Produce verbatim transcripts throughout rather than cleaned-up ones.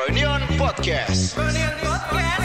Reunion Podcast. Reunion Podcast.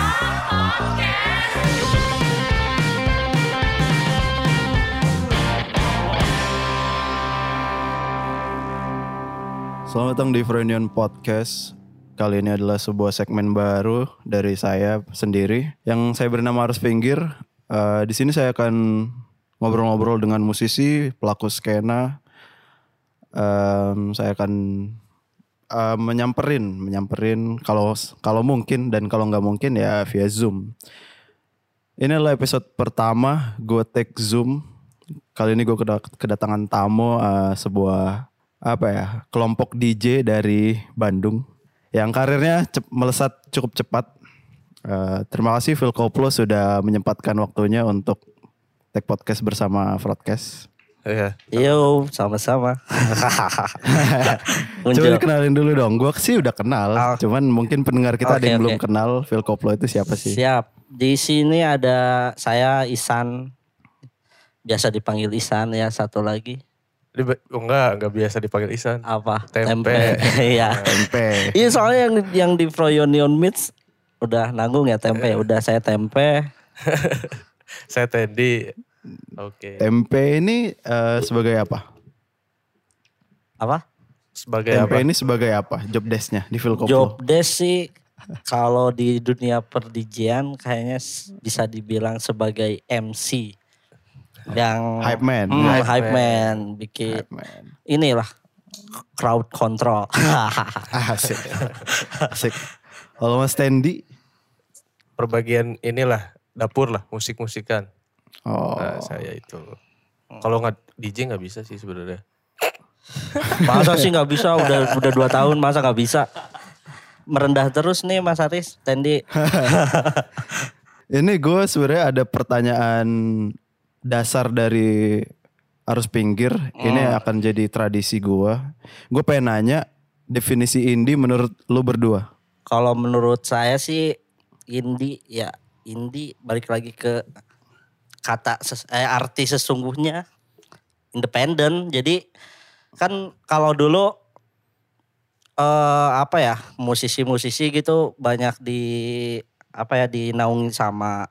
Selamat datang di Reunion Podcast. Kali ini adalah sebuah segmen baru dari saya sendiri yang saya bernama Arus Pinggir. Uh, di sini saya akan ngobrol-ngobrol dengan musisi, pelaku skena. Um, saya akan uh, menyamperin, menyamperin kalau kalau mungkin dan kalau nggak mungkin ya via Zoom. Ini adalah episode pertama gue take Zoom. Kali ini gue kedatangan tamu uh, sebuah apa ya kelompok D J dari Bandung yang karirnya cep, melesat cukup cepat. Uh, terima kasih Phil Koplo sudah menyempatkan waktunya untuk take podcast bersama Broadcast. Iya. Yo, sama-sama. Coba kenalin dulu dong. Gue sih udah kenal, oh. cuman mungkin pendengar kita okay, ada yang okay. belum kenal Phil Koplo itu siapa sih? Siap. Di sini ada saya Isan, biasa dipanggil Isan ya. Satu lagi. Oh enggak, enggak biasa dipanggil Isan. Apa? Tempe. Iya. Tempe. Iya soalnya yang yang di Reunion Meets udah nanggung ya Tempe. Udah saya Tempe. Saya Tendi. Oke. Okay. Tempe ini uh, sebagai apa? Apa? Sebagai Tempe apa? ini sebagai apa? Job desk-nya di Phil Koplo. Job desk sih kalau di dunia per-D J-an kayaknya bisa dibilang sebagai M C. Yang hype man, hmm, hype, hype man, man. bikin hype man. Inilah crowd control. Asik, asik. Kalau Mas Tendi, perbagian inilah dapur lah, musik-musikan. Oh, nah, saya itu. Kalau nggak D J nggak bisa sih sebenarnya. Masa sih nggak bisa? Udah udah dua tahun masa nggak bisa? Merendah terus nih Mas Aris, Tendi. Ini gue sebenarnya ada pertanyaan dasar dari Arus Pinggir. Hmm. Ini akan jadi tradisi gue. Gue pengen nanya definisi indie menurut lu berdua. Kalau menurut saya sih indie ya indie balik lagi ke kata ses, eh, arti sesungguhnya independen. Jadi kan kalau dulu eh, apa ya musisi-musisi gitu banyak di apa ya dinaungi sama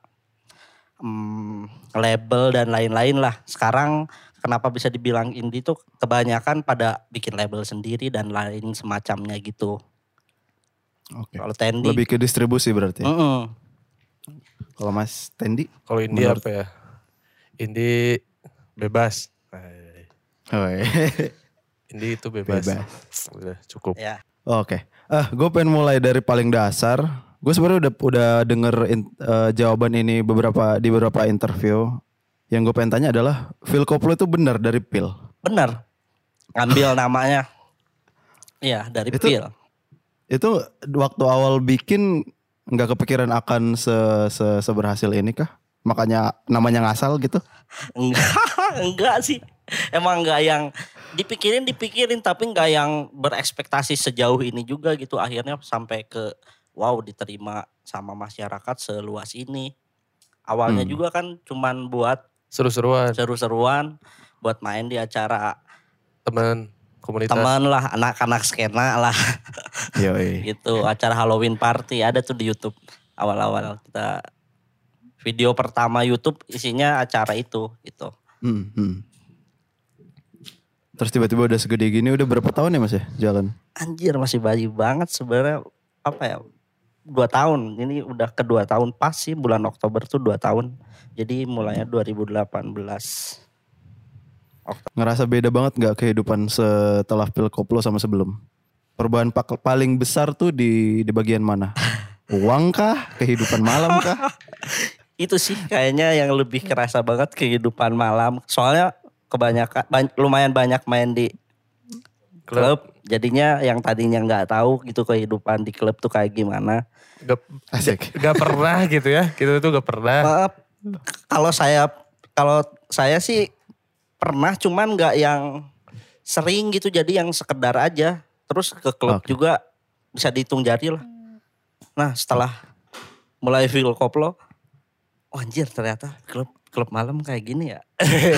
Hmm, label dan lain-lain lah. Sekarang kenapa bisa dibilang indie tuh kebanyakan pada bikin label sendiri dan lain semacamnya gitu. Oke. Kalau Tendi lebih ke distribusi berarti. Mm-mm. Kalau Mas Tendi? Kalau indie menurut... apa ya? Indie bebas. Oh, iya. Indie itu bebas. Bebas. Udah cukup. Ya. Oke. Ah, gue pengen mulai dari paling dasar. Gue sebenarnya udah udah denger in, uh, jawaban ini beberapa di beberapa interview. Yang gue pengen tanya adalah Phil Koplo itu benar dari Phil? Benar. Ambil namanya. Iya dari itu, Phil. Itu waktu awal bikin nggak kepikiran akan se, se seberhasil ini kah? Makanya namanya ngasal gitu? Enggak, enggak sih. Emang enggak yang dipikirin dipikirin tapi enggak yang berekspektasi sejauh ini juga gitu. Akhirnya sampai ke wow diterima sama masyarakat seluas ini. Awalnya hmm. juga kan cuman buat seru-seruan. Seru-seruan buat main di acara teman komunitas. Teman lah, anak-anak skena lah. Yoi. Gitu, acara Halloween party ada tuh di YouTube. Awal-awal kita video pertama YouTube isinya acara itu gitu. Hmm, hmm. Terus tiba-tiba udah segede gini udah berapa tahun ya Mas ya jalan? Anjir masih bayi banget sebenarnya apa ya? Dua tahun, ini udah kedua tahun pas sih bulan Oktober tuh dua tahun. Jadi mulainya dua ribu delapan belas. Oktober. Ngerasa beda banget gak kehidupan setelah Phil Koplo sama sebelum? Perubahan paling besar tuh di di bagian mana? Uang kah? Kehidupan malam kah? Itu sih kayaknya yang lebih kerasa banget kehidupan malam. Soalnya kebanyakan banyak, lumayan banyak main di klub. Jadinya yang tadinya nggak tahu gitu kehidupan di klub tuh kayak gimana. Gak, gak pernah gitu ya. Kita tuh gak pernah. Uh, kalau saya kalau saya sih pernah cuman nggak yang sering gitu. Jadi yang sekedar aja. Terus ke klub okay. juga bisa dihitung jari lah. Nah setelah mulai Phil Koplo. Oh anjir ternyata klub klub malam kayak gini ya.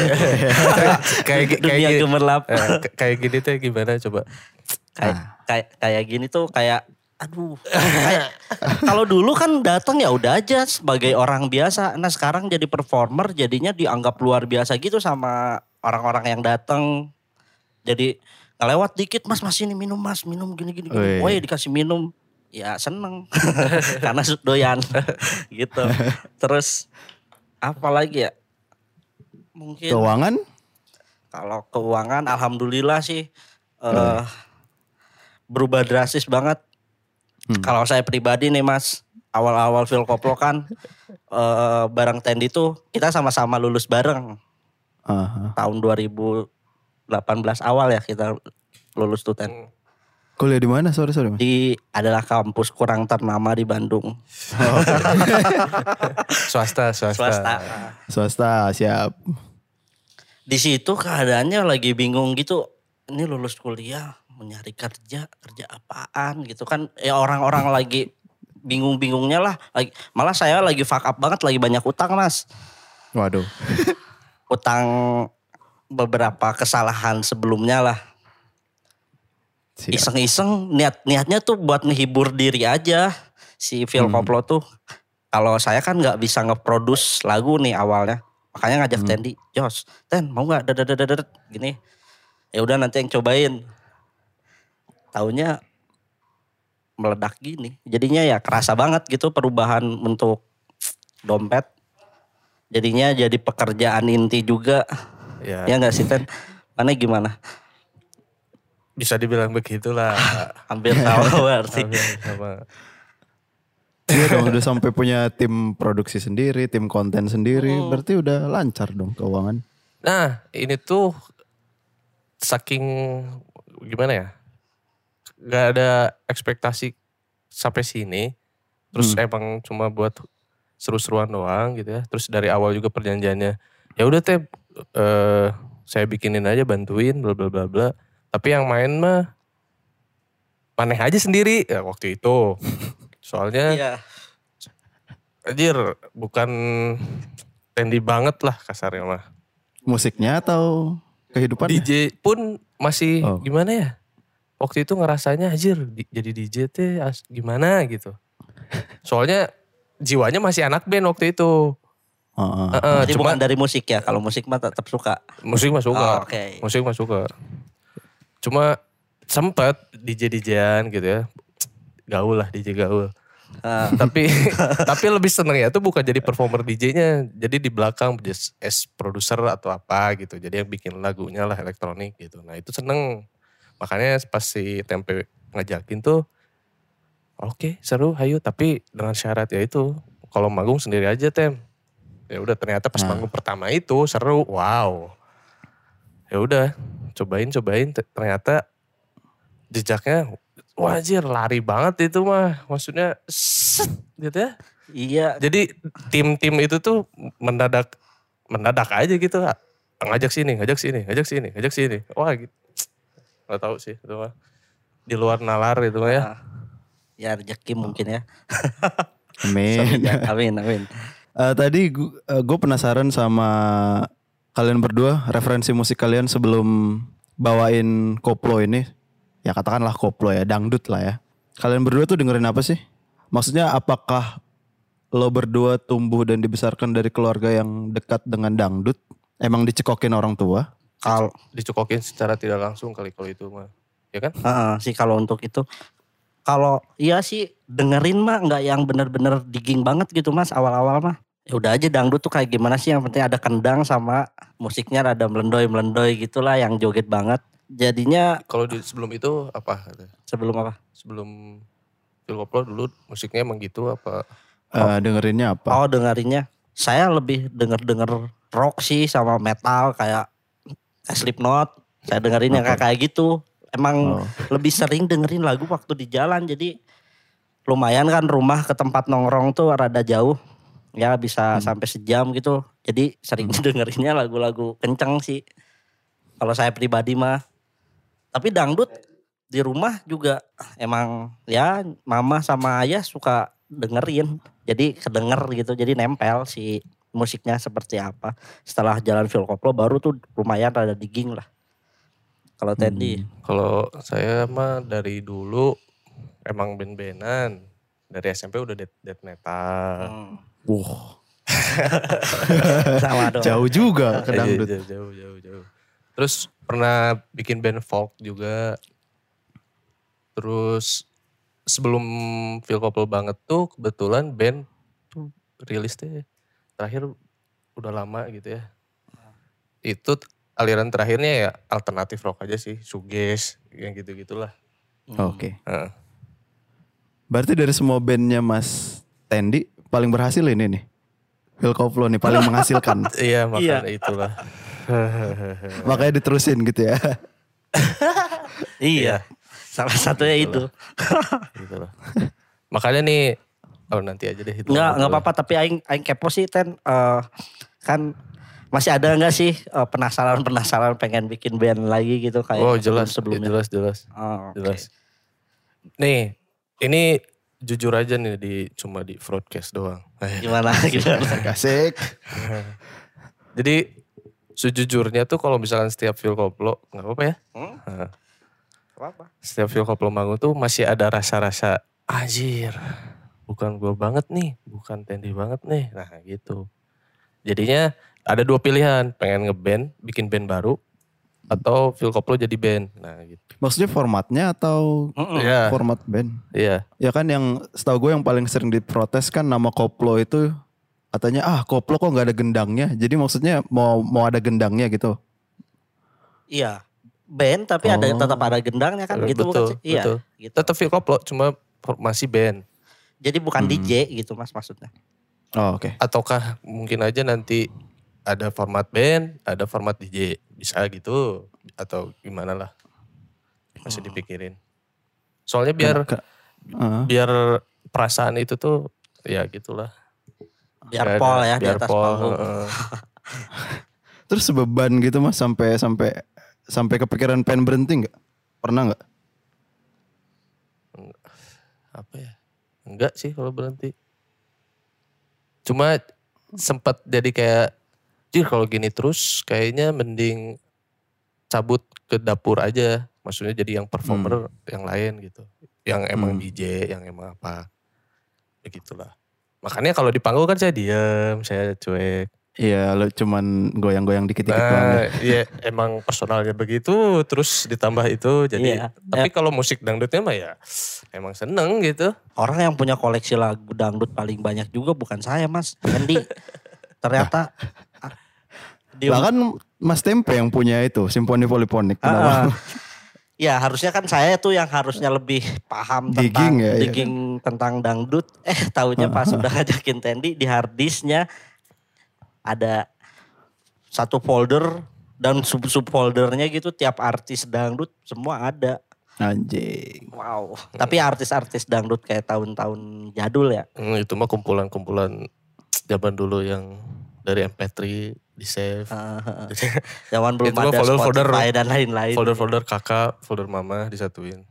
kayak dunia kayak gemerlap. Eh, kayak gini tuh gimana coba? Kayak kayak kayak gini tuh kayak Aduh, kayak kalau dulu kan datang ya udah aja sebagai orang biasa. Nah sekarang jadi performer jadinya dianggap luar biasa gitu sama orang-orang yang datang. Jadi ngelewat dikit, mas mas ini minum mas, minum gini gini gini. Wih. Oh ya dikasih minum, ya seneng karena doyan gitu. Terus apa lagi ya? Mungkin Keuangan? kalau keuangan, alhamdulillah sih eh berubah drastis banget. Hmm. Kalau saya pribadi nih mas, awal-awal Phil Koplo kan eh, bareng Tendi tuh kita sama-sama lulus bareng. Aha. Tahun dua ribu delapan belas awal ya kita lulus tuh Ten. Kuliah di mana? Sorry sorry mas. Di adalah kampus kurang ternama di Bandung. Swasta, swasta. Swasta. Swasta, siap. Di situ keadaannya lagi bingung gitu. Ini lulus kuliah mau nyari kerja, kerja apaan gitu kan. Ya orang-orang lagi bingung-bingungnya lah. Lagi, malah saya lagi fuck up banget, lagi banyak utang mas. Waduh. Utang beberapa kesalahan sebelumnya lah. Siap. Iseng-iseng niat-niatnya tuh buat ngehibur diri aja. Si Phil Hmm. Koplo tuh. Kalau saya kan gak bisa nge-produce lagu nih awalnya. Makanya ngajak Hmm. Tendi, Jos, Ten mau gak dadadadadad gini. Ya udah nanti yang cobain. Taunya meledak gini. Jadinya ya kerasa banget gitu perubahan untuk dompet. Jadinya jadi pekerjaan inti juga. Ya, Ya gak sih Ten? Mana gimana? bisa dibilang begitulah. Hampir sama berarti. Hampir sama. Iya dong, udah sampai punya tim produksi sendiri, tim konten sendiri, Hmm. berarti udah lancar dong keuangan. Nah, ini tuh saking gimana ya? Gak ada ekspektasi sampai sini. Terus Hmm. emang cuma buat seru-seruan doang gitu ya. Terus dari awal juga perjanjiannya, ya udah teh eh, saya bikinin aja, bantuin bla bla bla bla. Tapi yang main mah maneh aja sendiri ya waktu itu. Soalnya Iya. anjir bukan Tendi banget lah kasarnya mah. Musiknya atau kehidupan? D J pun masih Oh. gimana ya? Waktu itu ngerasanya anjir di- jadi D J teh as- gimana gitu. Soalnya jiwanya masih anak band waktu itu. Heeh. Heeh, Jadi cuma bukan dari musik ya. Kalau musik mah tetap suka. musik mah suka. Oh, oke. Musik mah suka. Cuma sempet D J D J-an gitu ya. Gaul lah D J gaul. Ah, tapi tapi lebih seneng ya tuh bukan jadi performer D J-nya, jadi di belakang just as produser atau apa gitu. Jadi yang bikin lagunya lah elektronik gitu. Nah itu seneng. Makanya pas si Tempe ngajakin tuh, oke seru, hayu. Tapi dengan syarat ya itu, kalau manggung sendiri aja Tem. Ya udah ternyata pas Nah. manggung pertama itu seru, wow. Ya udah cobain cobain ternyata jejaknya wajir lari banget itu mah, maksudnya set gitu ya. iya. Jadi tim-tim itu tuh mendadak mendadak aja gitu, ngajak sini, ngajak sini, ngajak sini, ngajak sini. Wah gitu. Gak tahu sih itu mah. Di luar nalar itu mah ya. Ah, ya rezeki mungkin ya. Amin. Sorry, ya. Amin, amin. Eh, tadi gue penasaran sama kalian berdua, referensi musik kalian sebelum bawain koplo ini. Ya katakanlah koplo ya, dangdut lah ya. Kalian berdua tuh dengerin apa sih? Maksudnya apakah lo berdua tumbuh dan dibesarkan dari keluarga yang dekat dengan dangdut? Emang dicekokin orang tua? Kalau Dicokokin secara tidak langsung kali kalau itu mah. Ya kan? Heeh, sih kalau untuk itu, kalau iya sih dengerin mah nggak yang bener-bener digging banget gitu mas awal-awal mah. Ya udah aja dangdut tuh kayak gimana sih, yang penting ada kendang sama musiknya rada melendoy-melendoy gitulah yang joget banget. Jadinya Kalau di sebelum itu apa? sebelum apa? Sebelum Phil Koplo dulu musiknya emang gitu apa? Eh, dengerinnya apa? Oh dengerinnya, saya lebih denger-denger rock sih sama metal kayak Slipknot. Saya dengerin yang kayak kayak gitu. Emang Oh. lebih sering dengerin lagu waktu di jalan. Jadi lumayan kan rumah ke tempat nongkrong tuh rada jauh. Ya bisa sampai sejam gitu. Jadi sering dengerinnya lagu-lagu kenceng sih. Kalau saya pribadi mah. Tapi dangdut di rumah juga emang ya mama sama ayah suka dengerin. Jadi kedenger gitu. Jadi nempel si musiknya seperti apa. Setelah jalan Phil Koplo baru tuh lumayan rada digging lah. Kalau Tendi. Kalau saya mah dari dulu emang band-bandan. Dari S M P udah death, death metal. Hmm. Wah, Sama dong. jauh juga ke Jauh, dangdut. jauh, jauh, jauh, jauh. Terus pernah bikin band folk juga. Terus sebelum Phil Koplo banget tuh kebetulan band tuh rilisnya terakhir udah lama gitu ya. Itu aliran terakhirnya ya alternatif rock aja sih, shoegaze, yang gitu-gitulah. Oke. Heeh. Berarti dari semua bandnya Mas Tendi paling berhasil ini nih. Phil Koplo nih paling menghasilkan. Iya makanya itulah. Makanya diterusin gitu ya. Iya. Salah satunya itu. Gitu loh. Makanya nih, oh nanti aja deh itu. Enggak, enggak apa-apa tapi aing aing kepo sih Ten. Eh, kan masih ada enggak sih eh, penasaran-penasaran pengen bikin band lagi gitu kayak Oh jelas, sebelumnya. jelas, jelas, Oh, oke. jelas. Nih, ini jujur aja nih di cuma di broadcast doang. Gimana gimana? Asik. Jadi sejujurnya tuh kalau misalkan setiap Phil Koplo, nggak apa-apa ya. Hmm? Nah, Apa? setiap Phil Koplo manggung tuh masih ada rasa-rasa anjir. Bukan gue banget nih, bukan Tendi banget nih. Nah gitu. Jadinya ada dua pilihan, pengen ngeband, bikin band baru, atau Phil Koplo jadi band. Nah gitu. Maksudnya formatnya atau Mm-mm. Iya, format band? iya. Ya kan yang setahu gue yang paling sering diprotes kan nama Koplo itu katanya ah Koplo kok nggak ada gendangnya. Jadi maksudnya mau mau ada gendangnya gitu. Iya. Band tapi ada Oh. tetap ada gendangnya kan gitu bukan betul, sih? Iya. betul. Gitu. Tetap Phil Koplo, cuma masih band. Jadi bukan Hmm. D J gitu Mas maksudnya. Oh, oke. Ataukah mungkin aja nanti ada format band, ada format D J. Bisa gitu. Atau gimana lah. Masih dipikirin. Soalnya biar Ke- uh, biar perasaan itu tuh ya gitulah. Biar Gak pol ada- ya di biar atas pol, panggung. heeh. terus beban gitu Mas sampai sampai sampai kepikiran pengen berhenti nggak? Pernah nggak? Apa ya? Enggak sih kalau berhenti. Cuma sempat jadi kayak, jir kalau gini terus kayaknya mending cabut ke dapur aja. Maksudnya jadi yang performer yang lain gitu. Yang emang Hmm. D J, yang emang apa. Begitulah. Makanya kalau di panggung kan saya diem, saya cuek. Iya, lo cuman goyang-goyang dikit-dikit doang ya. Nah, iya emang personalnya begitu, terus ditambah itu jadi. Iya. Tapi kalau musik dangdutnya mah ya emang seneng gitu. Orang yang punya koleksi lagu dangdut paling banyak juga bukan saya Mas. Andy. Ternyata ah, di Bahkan Mas Tempe yang punya itu, Simfoni Poliponik. Ah, Kenapa? ah. Ya harusnya kan saya tuh yang harusnya lebih paham tentang Digging ya, iya. digging tentang dangdut. Eh taunya pas sudah ngajakin Tendi di hard disknya ada satu folder dan sub sub foldernya gitu tiap artis dangdut semua ada. Anjing. Wow. Tapi artis-artis dangdut kayak tahun-tahun jadul ya. Hmm, itu mah kumpulan-kumpulan zaman dulu yang dari M P tiga di save. Ah, Zaman belum Itu mah ada folder-folder. Spotify dan lain-lain. Folder-folder kakak, folder mama disatuin.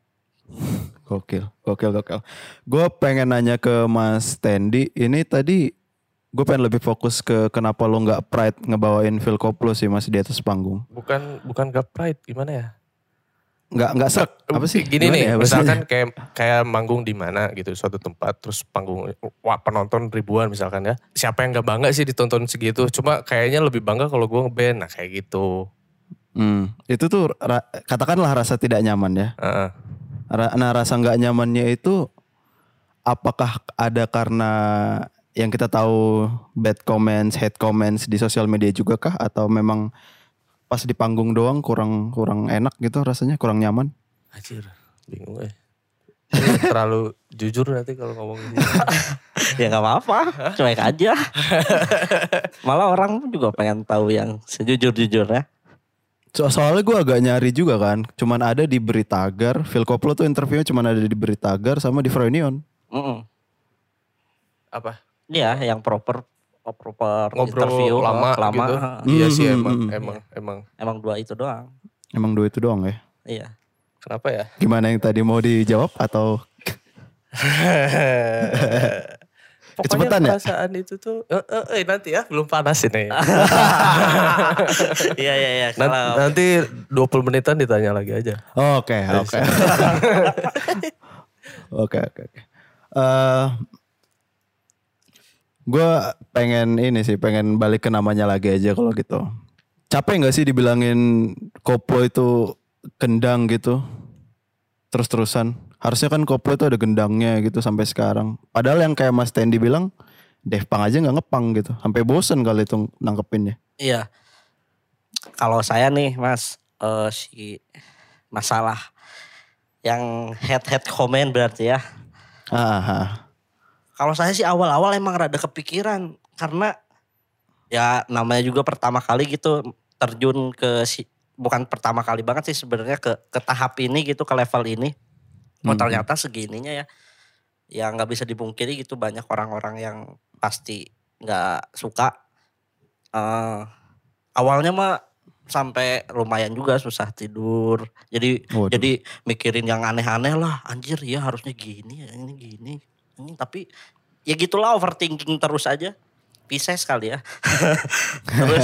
Gokil, gokil, gokil. Gue pengen nanya ke Mas Tendi, ini tadi gue pengen lebih fokus ke kenapa lo nggak pride ngebawain Phil Koplo sih Mas di atas panggung. Bukan bukan gak pride gimana ya? Nggak nggak sek apa sih? Gini Gimana nih, ya bahasanya? misalkan kayak kayak manggung di mana gitu suatu tempat terus panggung wah penonton ribuan misalkan ya. Siapa yang gak bangga sih ditonton segitu? Cuma kayaknya lebih bangga kalau gue ngeband. Nah kayak gitu. Hmm, itu tuh ra- katakanlah rasa tidak nyaman ya. Heeh. Ra- Nah rasa nggak nyamannya itu apakah ada karena yang kita tahu bad comments, hate comments di sosial media juga kah? Atau memang pas di panggung doang kurang kurang enak gitu rasanya, kurang nyaman? Anjir, bingung eh. Ini terlalu jujur nanti kalau ngomong ini. Ya gak apa-apa, cuek aja. Malah orang juga pengen tahu yang sejujur-jujurnya. So, soalnya gue agak nyari juga kan. Cuman ada di Beritagar. Phil Koplo tuh interviewnya cuman ada di Beritagar sama di Froynion. Mm-mm. Apa? Iya, yang proper oh, proper Ngobrol interview lama, lama. gitu. Heeh. Iya sih Hmm, emang, hmm, hmm. emang, emang. Emang dua itu doang. Emang dua itu doang ya. Iya. Kenapa ya? Gimana yang tadi mau dijawab atau Pokoknya Kecepatan ya? perasaan itu tuh, eh, eh, eh, nanti ya belum panas ini. Iya iya iya. Nan- Kalau nanti dua puluh menitan ditanya lagi aja. Oke, oke. Oke oke oke. Eh, gue pengen ini sih, pengen balik ke namanya lagi aja kalau gitu. Capek nggak sih dibilangin koplo itu gendang gitu? Terus-terusan. Harusnya kan koplo itu ada gendangnya gitu sampai sekarang. Padahal yang kayak Mas Tendi bilang, Def Punk aja nggak ngepang gitu. Sampai bosen kali itu nangkepinnya. Iya. Kalau saya nih Mas, eh, si masalah yang head-head comment berarti ya. Ah, ah. Kalau saya sih awal-awal emang rada kepikiran. Karena ya namanya juga pertama kali gitu terjun ke si, bukan pertama kali banget sih sebenarnya ke ke tahap ini gitu, ke level ini. Oh Hmm. ternyata segininya ya. Ya nggak bisa dipungkiri gitu, banyak orang-orang yang pasti nggak suka. Eh, awalnya mah sampai lumayan juga susah tidur. Jadi Waduh. jadi mikirin yang aneh-aneh lah. Anjir ya harusnya gini, ya ini gini. Ini tapi ya gitulah, overthinking terus aja. Pisces kali ya. Terus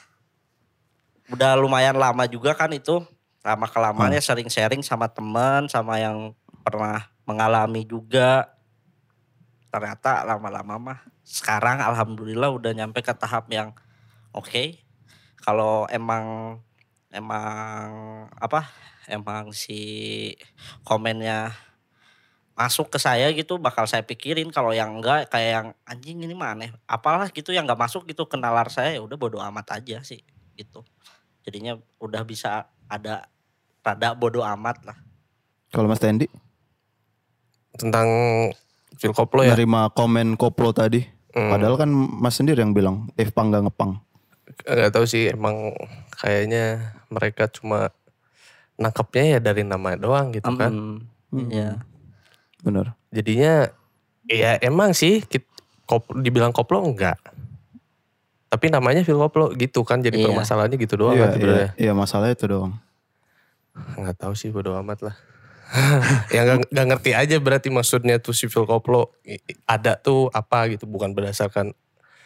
udah lumayan lama juga kan itu. Lama kelamaannya sering sharing sama teman, sama yang pernah mengalami juga. Ternyata lama-lama mah sekarang alhamdulillah udah nyampe ke tahap yang oke. Okay. Kalau emang emang apa? Emang si komennya masuk ke saya gitu, bakal saya pikirin. Kalau yang enggak kayak yang anjing ini mah aneh, apalah gitu yang enggak masuk gitu ke nalar saya, ya udah bodo amat aja sih gitu. Jadinya udah bisa ada rada bodo amat lah. Kalau Mas Tendi Tentang Phil Koplo ya. nerima komen koplo tadi. Hmm. Padahal kan Mas sendiri yang bilang Def Punk gak ngepang. Gak tahu sih, emang kayaknya mereka cuma nangkepnya ya dari nama doang gitu kan. Hmm, iya. Bener. Jadinya ya emang sih kit- kop, dibilang koplo enggak. Tapi namanya Phil Koplo gitu kan, jadi Iya. permasalahannya gitu doang Iya, kan sebenarnya. iya, iya masalahnya itu doang. Nggak tahu sih, bodo amat lah. Ya nggak nggak ngerti aja berarti maksudnya tuh si Phil Koplo i- i- ada tuh apa gitu, bukan berdasarkan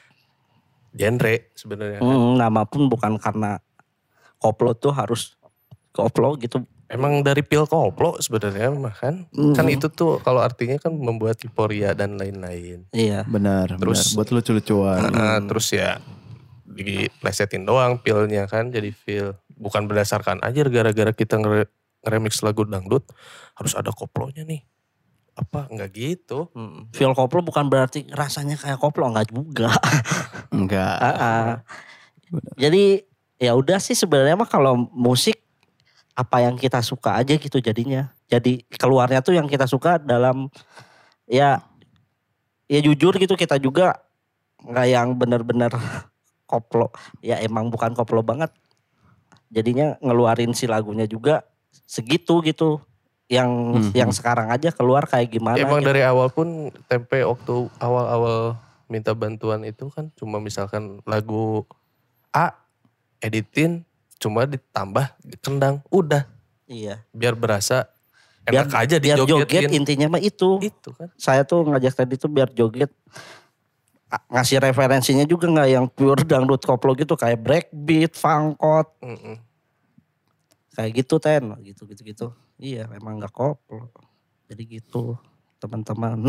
genre sebenarnya. Kan. Hmm, nama pun bukan karena koplo tuh harus koplo gitu. Emang dari Phil Koplo sebenarnya mah kan. Hmm. Kan itu tuh kalau artinya kan membuat euforia dan lain-lain. Iya. Benar, Terus- benar. Buat lucu-lucuan. Nah, terus ya diplesetin doang Philnya kan jadi Phil. Bukan berdasarkan aja gara-gara kita ngere- ngeremix lagu dangdut harus ada koplonya nih. Apa enggak gitu? Hmm. Feel koplo bukan berarti rasanya kayak koplo, enggak juga. Enggak. Ah, ah. Jadi ya udah sih sebenarnya mah kalau musik apa yang kita suka aja gitu jadinya. Jadi keluarnya tuh yang kita suka dalam ya ya jujur gitu, kita juga nggak yang benar-benar koplo. Ya emang bukan koplo banget. Jadinya ngeluarin si lagunya juga segitu gitu. Yang Mhm. yang sekarang aja keluar kayak gimana. Emang gitu. dari awal pun Tempe waktu awal-awal minta bantuan itu kan cuma misalkan lagu A editin cuma ditambah kendang udah Iya. biar berasa Biar, enak aja biar joget dijogetin. intinya mah itu. Itu kan. Saya tuh ngajak tadi tuh biar joget. A- ngasih referensinya juga nggak yang pure dangdut koplo gitu, kayak breakbeat, funkot, Mm-mm. kayak gitu ten, gitu gitu gitu. Iya, emang nggak koplo. Jadi gitu teman-teman.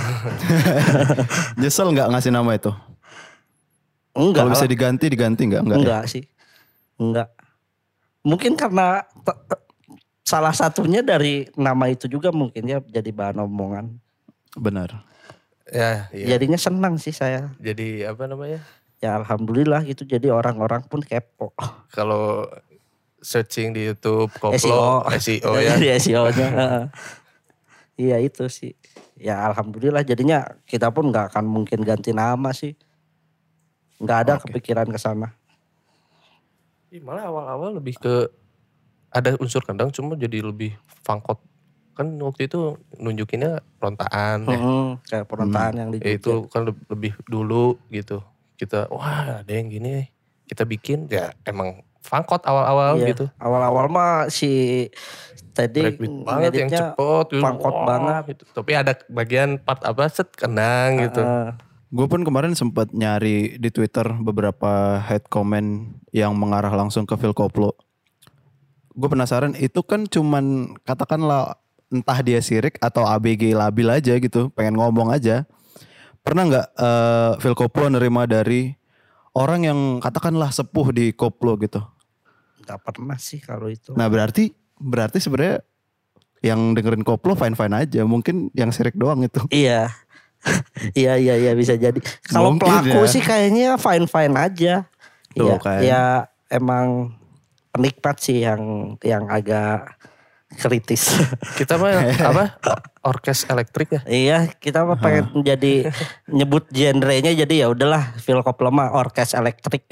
Nyesel nggak ngasih nama itu? Enggak Kalau bisa lah. diganti, diganti nggak? Enggak. ya? Enggak sih. Enggak. Mungkin karena te- te- salah satunya dari nama itu juga mungkin ya jadi bahan omongan. Benar. Ya, iya. Jadinya senang sih saya. Jadi apa namanya? Ya alhamdulillah gitu, jadi orang-orang pun kepo. Kalau searching di YouTube S E O. koplo S E O ya. Jadi S E O-nya. heeh. Iya itu sih. Ya alhamdulillah jadinya kita pun nggak akan mungkin ganti nama sih. Nggak ada Oke. kepikiran ke sana. Ih, malah awal-awal lebih ke ada unsur kendang cuma jadi lebih funkot. Kan waktu itu nunjukinnya rontaan ya. Heeh, kayak perontaan yang di Ya, itu kan le- lebih dulu gitu. Kita wah ada yang gini kita bikin ya emang funkot awal-awal Iya, gitu. awal-awal mah si tadi Breakbeat banget yang cepet gitu. funkot Wah, banget. gitu. Tapi ada bagian part apa set kendang gitu. Heeh. Gue pun kemarin sempat nyari di Twitter beberapa head comment yang mengarah langsung ke Phil Koplo. Gue penasaran itu kan cuman katakanlah entah dia sirik atau A B G labil aja gitu, pengen ngomong aja. Pernah nggak uh, Phil Koplo nerima dari orang yang katakanlah sepuh di koplo gitu? Gak pernah sih kalau itu. Nah berarti berarti sebenarnya yang dengerin koplo fine fine aja, mungkin yang sirik doang itu. Iya, iya iya iya bisa jadi. Kalau pelaku ya. Sih kayaknya fine fine aja. Iya, kan. Ya emang penikmat sih yang yang agak kritis. Kita mah apa? Orkes elektrik ya? Iya, kita mah pengen jadi nyebut genrenya jadi ya udahlah Phil Koplo mah orkes elektrik.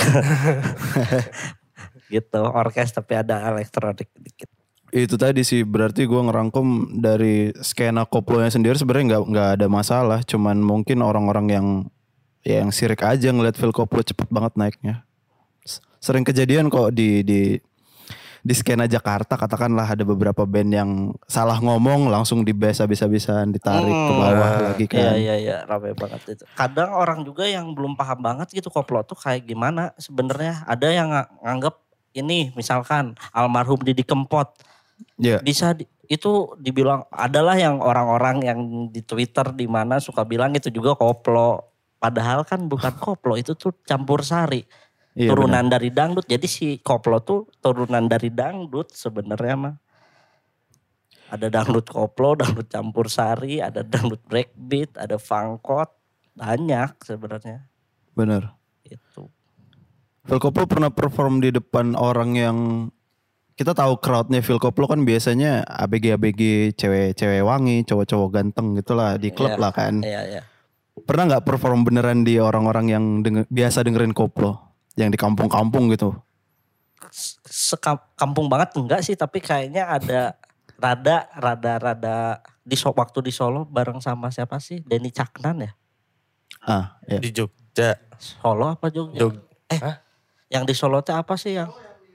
Gitu, orkes tapi ada elektronik dikit. Itu tadi sih berarti gue ngerangkum dari skena koplonya sendiri sebenarnya nggak nggak ada masalah, cuman mungkin orang-orang yang ya yang sirik aja ngeliat Phil Koplo cepet banget naiknya. Sering kejadian kok di di di skena Jakarta, katakanlah ada beberapa band yang salah ngomong langsung di bass habis-habisan ditarik hmm, ke bawah lagi kan. Iya iya iya ramai banget itu. Kadang orang juga yang belum paham banget gitu koplo tuh kayak gimana sebenarnya. Ada yang nganggep ini misalkan almarhum Didi Kempot. Yeah. Bisa di, itu dibilang adalah yang orang-orang yang di Twitter di mana suka bilang itu juga koplo. Padahal kan bukan koplo, itu tuh campur sari. Iya, turunan benar. Dari dangdut. Jadi si koplo tuh turunan dari dangdut sebenarnya mah. Ada dangdut koplo, dangdut campur sari, ada dangdut breakbeat, ada funkot, banyak sebenarnya. Benar. Itu. Phil Koplo pernah perform di depan orang yang kita tahu crowdnya Phil Koplo kan biasanya A B G A B G, cewek-cewek wangi, cowok-cowok ganteng gitulah di klub yeah, lah kan. Iya, yeah, iya. Yeah. Pernah nggak perform beneran di orang-orang yang denger, biasa dengerin koplo? Yang di kampung-kampung gitu. Sekampung banget enggak sih, tapi kayaknya ada rada rada rada di waktu di Solo bareng sama siapa sih? Denny Caknan ya? Ah, iya. Di Jogja. Solo apa Jogja? Jog eh, Hah? Yang di Solo itu apa sih yang?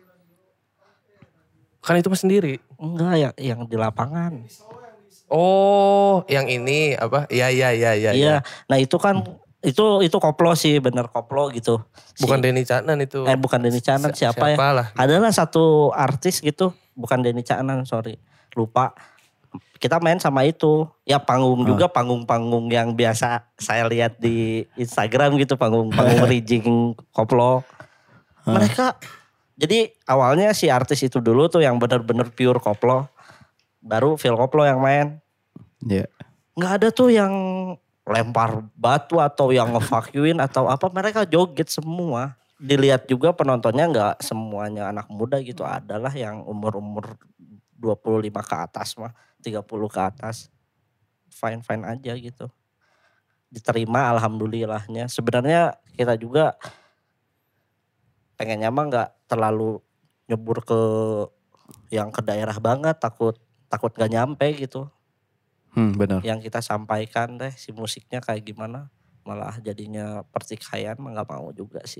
Kan itu mah sendiri. Enggak, yang yang di lapangan. Oh, yang ini apa? Iya iya iya iya. Iya. Nah, itu kan Itu itu koplo sih, bener koplo gitu. Bukan si, Denny Caknan itu. Eh bukan Denny Caknan, si, siapa, siapa ya? Lah. Adalah satu artis gitu, bukan Denny Caknan, sorry. Lupa. Kita main sama itu. Ya panggung huh. juga, panggung-panggung yang biasa saya lihat di Instagram gitu, panggung-panggung rigging koplo. Huh. Mereka, jadi awalnya si artis itu dulu tuh yang bener-bener pure koplo. Baru Phil Koplo yang main. Iya. Yeah. Nggak ada tuh yang lempar batu atau yang ngevacuin atau apa, mereka joget semua. Dilihat juga penontonnya nggak semuanya anak muda gitu, adalah yang umur-umur dua puluh lima ke atas mah, tiga puluh ke atas. Fine-fine aja gitu. Diterima alhamdulillahnya. Sebenarnya kita juga pengennya mah nggak terlalu nyebur ke yang ke daerah banget, takut takut nggak nyampe gitu. Hmm, benar. Yang kita sampaikan deh si musiknya kayak gimana, malah jadinya pertikaian mah nggak mau juga sih.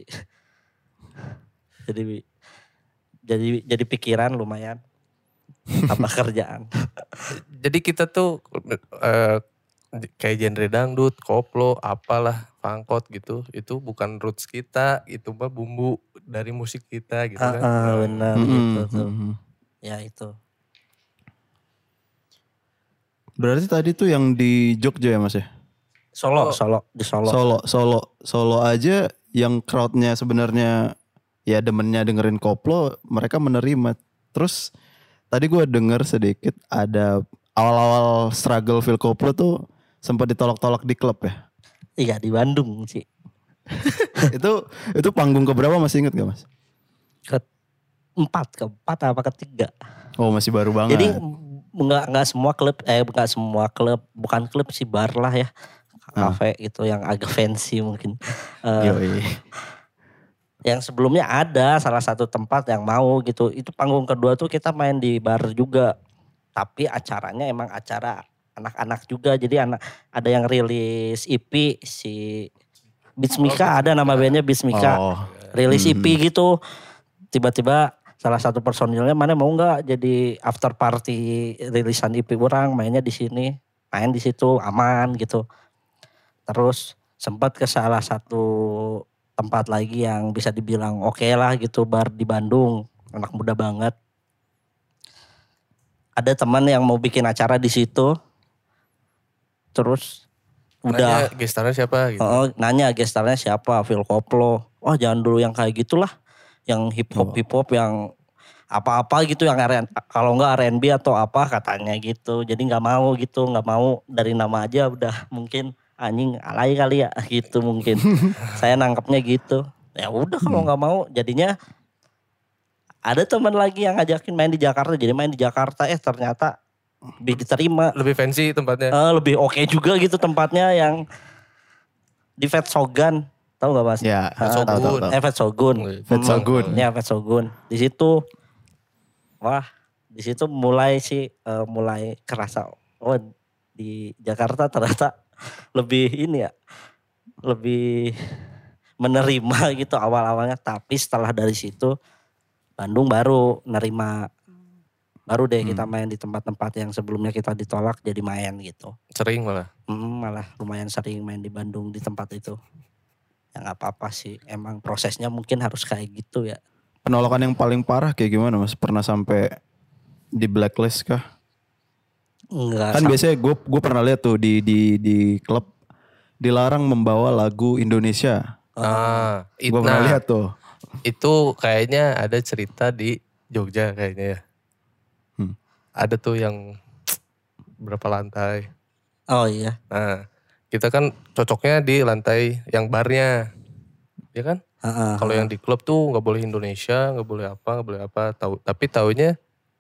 jadi jadi jadi pikiran lumayan apa kerjaan. Jadi kita tuh uh, kayak genre dangdut, koplo, apalah, funkot gitu, itu bukan roots kita, itu mah bumbu dari musik kita gitu kan. Uh, uh, benar mm-hmm. gitu tuh. Mm-hmm. Ya itu. Berarti tadi tuh yang di Jogja ya Mas ya? Solo, oh. Solo, di Solo. Solo, Solo, Solo aja yang crowdnya sebenarnya ya demennya dengerin koplo, mereka menerima. Terus tadi gue denger sedikit ada awal-awal struggle Phil Koplo tuh sempat ditolak-tolak di klub ya? Iya di Bandung sih. itu itu panggung keberapa masih inget gak Mas? Keempat, keempat apa ketiga. Oh masih baru banget. Jadi Enggak, enggak semua klub, eh enggak semua klub, bukan klub sih, bar lah ya. Kafe hmm. gitu yang agak fancy mungkin. Uh, yang sebelumnya ada salah satu tempat yang mau gitu. Itu panggung kedua tuh kita main di bar juga. Tapi acaranya emang acara anak-anak juga. Jadi anak ada yang rilis E P si Beats Mika, oh, ada nama bandnya Beats Mika. Oh. Rilis hmm. E P gitu. Tiba-tiba salah satu personilnya mana mau nggak jadi after party rilisan E P orang, mainnya di sini, main di situ aman gitu. Terus sempat ke salah satu tempat lagi yang bisa dibilang oke okay lah gitu, bar di Bandung, anak muda banget. ada teman yang mau bikin acara di situ. Terus udah Nanya gestarnya siapa gitu. uh, nanya gestarnya siapa, Phil Koplo. Wah jangan dulu yang kayak gitulah, yang hip hop hip hop yang apa-apa gitu, yang R and kalau enggak R and B atau apa katanya gitu. Jadi nggak mau gitu, nggak mau dari nama aja udah mungkin anjing alay kali ya gitu mungkin. Saya nangkepnya gitu. Ya udah kalau nggak mau jadinya ada teman lagi yang ngajakin main di Jakarta. Jadi main di Jakarta eh ternyata lebih diterima. Lebih fancy tempatnya. Uh, lebih oke okay juga gitu tempatnya yang di Fat Shogun. Tahu gak Mas? Ya, Uh, tahu tahu tahu. Eh Fat Shogun. Fat Shogun. Hmm, ya Fat Shogun. Di situ wah, di situ mulai sih uh, mulai kerasa oh di Jakarta ternyata lebih ini ya. Lebih menerima gitu awal-awalnya, tapi setelah dari situ Bandung baru nerima. Baru deh kita main di tempat-tempat yang sebelumnya kita ditolak jadi main gitu. Sering malah. Hmm, malah lumayan sering main di Bandung di tempat itu. Ya gak apa-apa sih, emang prosesnya mungkin harus kayak gitu ya. Penolakan yang paling parah kayak gimana Mas? Pernah sampai di blacklist kah? Enggak. Kan sam- biasanya gue gue pernah lihat tuh di di di klub dilarang membawa lagu Indonesia. Ah, it, Gue pernah nah, lihat tuh. itu kayaknya ada cerita di Jogja kayaknya ya. Hmm. Ada tuh yang berapa lantai. Oh iya. Nah, kita kan cocoknya di lantai yang barnya. Ya kan? Heeh. Kalau yang di klub tuh nggak boleh Indonesia, nggak boleh apa, nggak boleh apa. Tahu, tapi taunya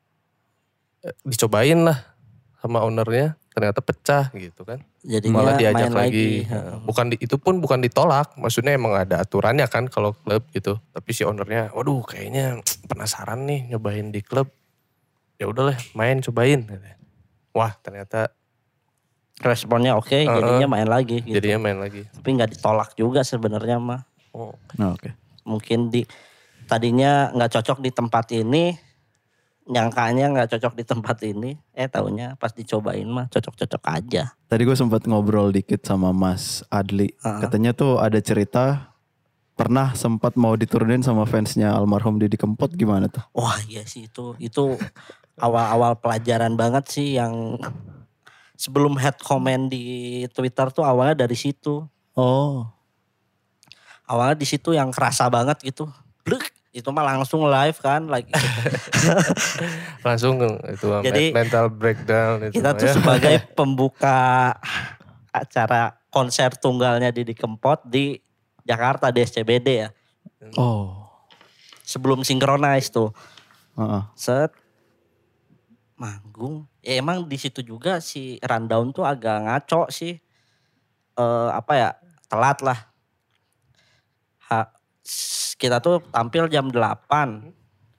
eh, dicobain lah sama ownernya, ternyata pecah gitu kan. Jadinya Malah diajak main lagi. lagi. Nah, bukan di, itu pun bukan ditolak. Maksudnya emang ada aturannya kan kalau klub gitu. Tapi si ownernya, waduh kayaknya penasaran nih nyobain di klub. Ya udahlah, main cobain. Wah ternyata Responnya oke, Uh-uh. jadinya main lagi gitu. jadinya main lagi. Tapi nggak ditolak juga sebenarnya mah. Oh, Nah, oke. Mungkin di tadinya nggak cocok di tempat ini, nyangkanya nggak cocok di tempat ini, eh taunya pas dicobain mah cocok-cocok aja. Tadi gue sempat ngobrol dikit sama Mas Adli. Uh-uh. Katanya tuh ada cerita pernah sempat mau diturunin sama fansnya almarhum Didi Kempot, gimana tuh? Wah iya sih itu itu awal-awal pelajaran banget sih yang sebelum head comment di Twitter tuh awalnya dari situ. Oh. Awalnya di situ yang kerasa banget gitu. Blek, itu mah langsung live kan lagi. langsung itu Jadi, mental breakdown itu. Kita tuh ya. sebagai pembuka acara konser tunggalnya Didi Kempot di Jakarta di S C B D ya. Oh. Sebelum synchronize tuh. Heeh. Set manggung. Ya emang di situ juga si rundown tuh agak ngaco sih. Eh apa ya? Telat lah. Ha, kita tuh tampil jam delapan.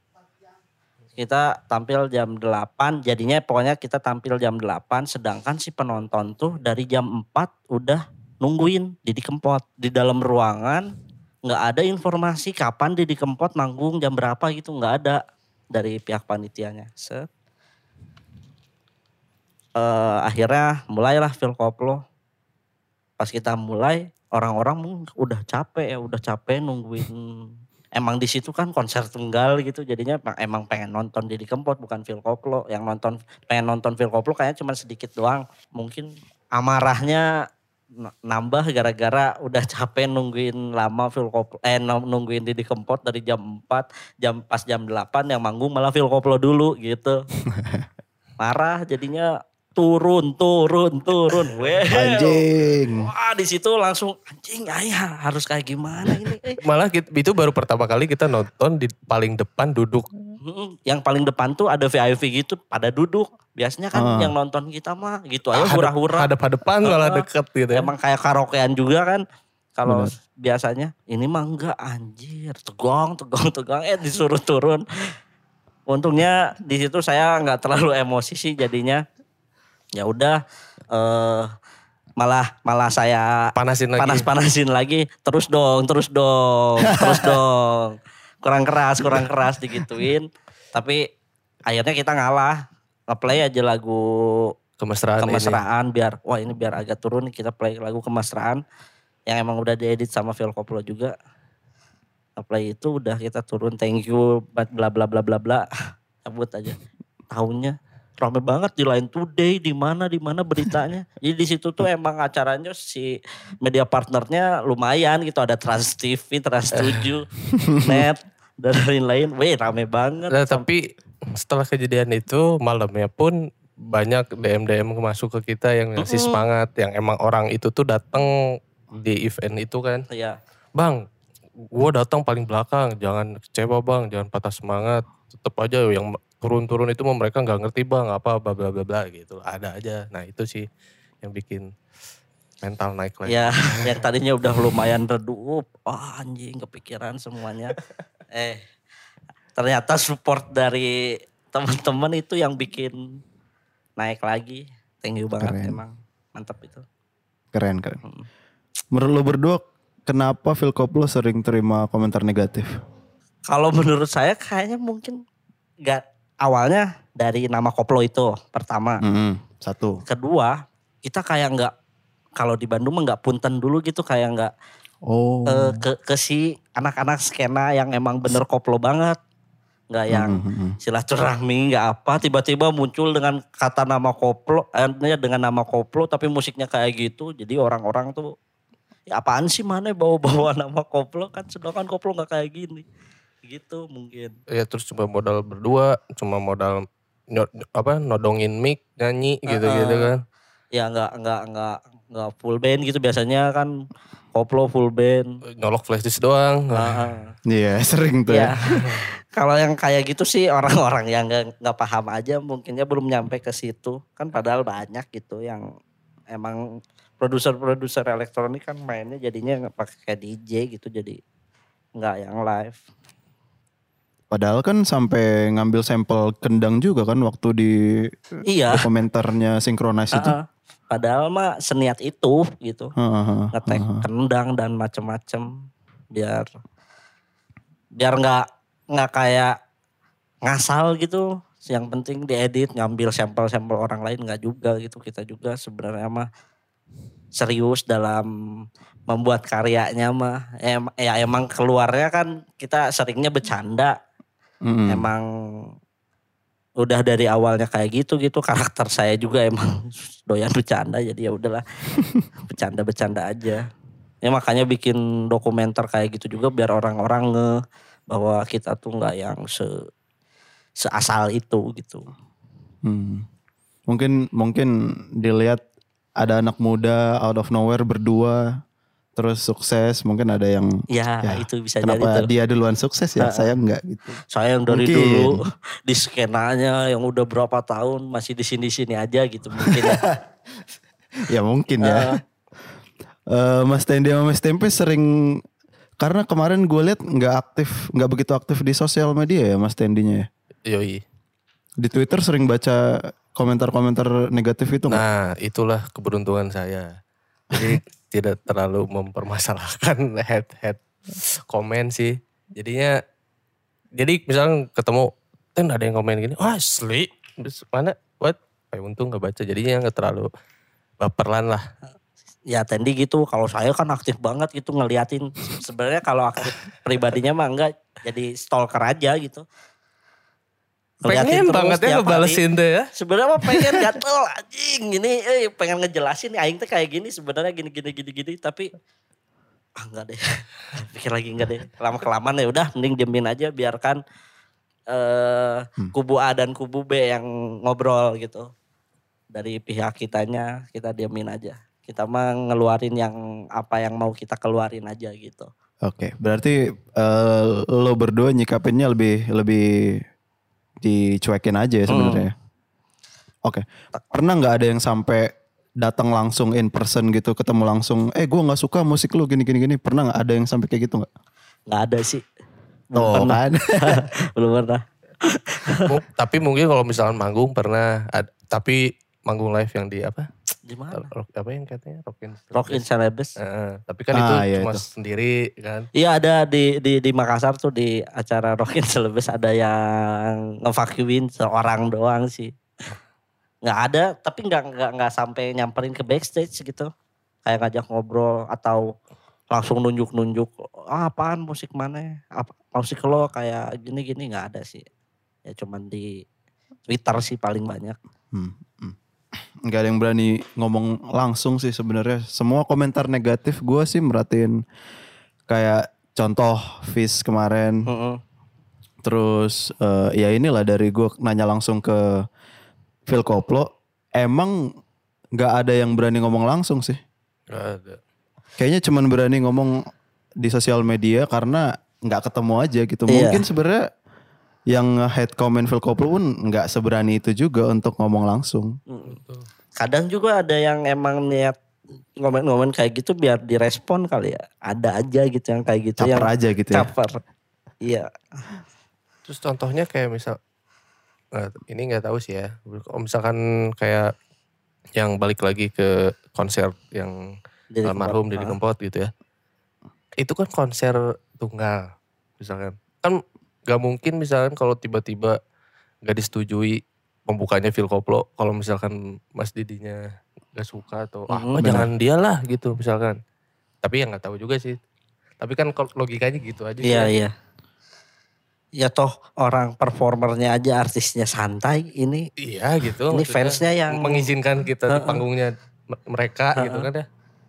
Kita tampil jam delapan, jadinya pokoknya kita tampil jam delapan, sedangkan si penonton tuh dari jam empat udah nungguin Didi Kempot di dalam ruangan. Nggak ada informasi kapan Didi Kempot manggung jam berapa gitu, nggak ada dari pihak panitianya. Set. Uh, akhirnya mulailah Phil Koplo. Pas kita mulai, orang-orang udah capek ya, udah capek nungguin. Emang di situ kan konser tunggal gitu, jadinya emang pengen nonton Didi Kempot bukan Phil Koplo. Yang nonton pengen nonton Phil Koplo kayaknya cuma sedikit doang. Mungkin amarahnya nambah gara-gara udah capek nungguin lama Phil Koplo, eh nungguin Didi Kempot dari jam empat, jam pas jam delapan yang manggung malah Phil Koplo dulu gitu. Marah jadinya. Turun, turun, turun. Weh. Anjing. Wah di situ langsung anjing ayah harus kayak gimana ini. Eh. Malah kita, itu baru pertama kali kita nonton di paling depan duduk. Hmm, yang paling depan tuh ada V I P gitu pada duduk. Biasanya kan Uh. yang nonton kita mah gitu aja hura-hura. Hadap-hadapan malah deket gitu ya. Emang kayak karaokean juga kan. Kalau biasanya ini mah enggak anjir. Tegong, tegong, tegong. Eh disuruh turun. Untungnya di situ saya nggak terlalu emosi sih jadinya. Ya udah eh, malah malah saya Panasin lagi. panas-panasin lagi. Terus dong, terus dong, terus dong. Kurang keras, kurang keras digituin. Tapi akhirnya kita ngalah. Nge-play aja lagu Kemesraan, kemesraan biar wah ini biar agak turun kita play lagu kemesraan yang emang udah diedit sama Phil Koplo juga. Nge-play itu udah kita turun thank you bla bla bla bla bla. Cabut aja. Tahunnya rame banget di Line Today, di mana di mana beritanya. Jadi di situ tuh emang acaranya si media partnernya lumayan gitu, ada Trans T V, Trans tujuh, Net dan lain-lain. Weh, rame banget. Nah, tapi setelah kejadian itu malamnya pun banyak D M D M masuk ke kita yang ngasih semangat, yang emang orang itu tuh datang di event itu kan. Iya. Bang, gue datang paling belakang, jangan kecewa bang, jangan patah semangat. Tetap aja yang turun-turun itu mereka nggak ngerti bang apa bla bla bla bla gitu. Ada aja. Nah itu sih yang bikin mental naik lagi. Ya, yang tadinya udah lumayan redup. Oh anjing, kepikiran semuanya. eh, ternyata support dari teman-teman itu yang bikin naik lagi. Thank you banget Keren. emang. Mantap itu. Keren keren. Menurut lo berdua kenapa Phil Koplo sering terima komentar negatif? Kalau menurut saya kayaknya mungkin gak awalnya dari nama Koplo itu pertama. Mm-hmm. Satu. Kedua, kita kayak nggak kalau di Bandung mah nggak punten dulu gitu, kayak nggak Oh. eh, ke ke si anak-anak skena yang emang bener Koplo banget. Nggak yang Mm-hmm. silaturahmi nggak apa, tiba-tiba muncul dengan kata nama Koplo, eh, dengan nama Koplo tapi musiknya kayak gitu. Jadi orang-orang tuh ya apaan sih mana bawa-bawa nama Koplo, kan sedangkan Koplo nggak kayak gini. Gitu mungkin. Ya terus cuma modal berdua, cuma modal nyod, apa nodongin mic, nyanyi gitu-gitu Uh-uh. kan. Ya nggak nggak nggak nggak full band gitu, biasanya kan Koplo full band. Nyolok flash disk doang. Uh-uh. Iya sering tuh Ya, ya. kalau yang kayak gitu sih orang-orang yang nggak nggak paham aja, mungkinnya belum nyampe ke situ. Kan padahal banyak gitu yang emang produser-produser elektronik kan mainnya jadinya pakai D J gitu, jadi nggak yang live. Padahal kan sampai ngambil sampel kendang juga kan waktu di Iya. dokumenternya Synchronize itu. Uh-uh. Padahal mah seniat itu gitu, Heeh, ngetek heeh. kendang dan macem-macem biar biar nggak nggak kayak ngasal gitu. Yang penting diedit, ngambil sampel-sampel orang lain nggak juga gitu. Kita juga sebenarnya mah serius dalam membuat karyanya mah. Em, ya emang keluarnya kan kita seringnya bercanda. Mm-mm. Emang udah dari awalnya kayak gitu gitu. Karakter saya juga emang doyan bercanda, jadi ya udahlah bercanda-bercanda aja. Ya makanya bikin dokumenter kayak gitu juga biar orang-orang nge bahwa kita tuh nggak yang se seasal itu gitu. Hmm. Mungkin mungkin dilihat ada anak muda out of nowhere berdua terus sukses, mungkin ada yang Ya, ya, itu bisa kenapa jadi tuh. dia duluan sukses ya, saya enggak gitu. Saya yang dari Mungkin. dulu di skenanya yang udah berapa tahun masih di sini-sini aja gitu mungkin. Ya. Ya mungkin ya. Eh, Mas Tendi sama Mas Tempe sering, karena kemarin gue lihat nggak aktif, nggak begitu aktif di sosial media ya Mas Tendinya ya. Yoi. Di Twitter sering baca komentar-komentar negatif itu nggak? Nah itulah keberuntungan saya. Jadi tidak terlalu mempermasalahkan head-head komen sih. Jadinya, jadi misalnya ketemu, kan ada yang komen gini, wah asli, terus mana, what? Kayak untung gak baca, jadinya gak terlalu baperan lah. Ya Tendi gitu, kalau saya kan aktif banget gitu ngeliatin. Sebenarnya kalau aktif pribadinya mah enggak, jadi stalker aja gitu. Pengen banget ya ngebalesin tuh ya. Sebenarnya mah pengen gatel anjing ini, eh pengen ngejelasin nih aing teh kayak gini sebenarnya gini gini gini gini tapi ah enggak deh. Pikir lagi enggak deh. Lama kelamaan ya udah mending diemin aja, biarkan eh Hmm. kubu A dan kubu B yang ngobrol gitu. Dari pihak kitanya kita diemin aja. Kita mah ngeluarin yang apa yang mau kita keluarin aja gitu. Oke, berarti eh, lo berdua nyikapinnya lebih lebih dicuekin aja ya sebenarnya. Oke, pernah nggak ada yang sampai datang langsung in person gitu, ketemu langsung, eh gue nggak suka musik lu gini gini gini, pernah nggak ada yang sampai kayak gitu nggak? Nggak ada sih. Oh pernah. kan? Belum pernah. M- tapi mungkin kalau misalnya manggung pernah, ad- tapi manggung live yang di apa? Di mana? Rock, apa yang katanya? Rockin. Rock in Celebes. Heeh, tapi kan Ah, itu iya cuma itu. sendiri kan. Iya ada di di di Makassar tuh di acara Rock in Celebes ada yang ngevacuumin seorang doang sih. Nggak ada, tapi nggak nggak nggak sampai nyamperin ke backstage gitu. Kayak ngajak ngobrol atau langsung nunjuk-nunjuk, ah, apaan musik mana? Apa musik lo kayak gini-gini nggak ada sih. Ya cuman di Twitter sih paling banyak. Hmm. hmm. Nggak ada yang berani ngomong langsung sih sebenarnya. Semua komentar negatif gue sih merhatiin kayak contoh Fizz kemarin. Mm-mm. Terus uh, ya inilah dari gue nanya langsung ke Phil Koplo. Emang nggak ada yang berani ngomong langsung sih. Gak ada. Kayaknya cuman berani ngomong di sosial media karena nggak ketemu aja gitu. Iya. Mungkin sebenarnya yang head comment Phil Koplo pun nggak seberani itu juga untuk ngomong langsung. Kadang juga ada yang emang niat ngomen-ngomen kayak gitu biar direspon kali ya. Ada aja gitu yang kayak gitu. Caper yang aja gitu ya. Caper. Iya. Terus contohnya kayak misal, nah, ini nggak tahu sih ya. Kalau misalkan kayak yang balik lagi ke konser yang Didi almarhum Kempot. Didi Ah. Kempot gitu ya. Itu kan konser tunggal misalkan. Kan gak mungkin misalkan kalau tiba-tiba gak disetujui pembukanya Phil Koplo. Kalau misalkan Mas Didinya gak suka atau ah Mhm, oh, jangan dia lah gitu misalkan. Tapi ya gak tahu juga sih. Tapi kan kalau logikanya gitu aja. Iya, sih. iya. Ya toh orang performernya aja artisnya santai ini. Iya gitu. Ini maksudnya fansnya yang- mengizinkan kita di Heeh. panggungnya m- mereka gitu kan ya.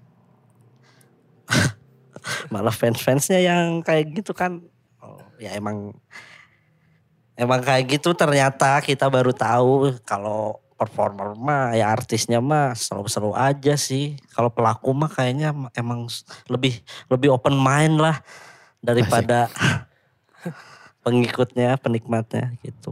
Malah fans-fansnya yang kayak gitu kan. Oh, ya emang emang kayak gitu ternyata kita baru tahu kalau performer mah ya artisnya mah seru-seru aja sih. Kalau pelaku mah kayaknya emang lebih lebih open mind lah daripada pengikutnya, penikmatnya gitu.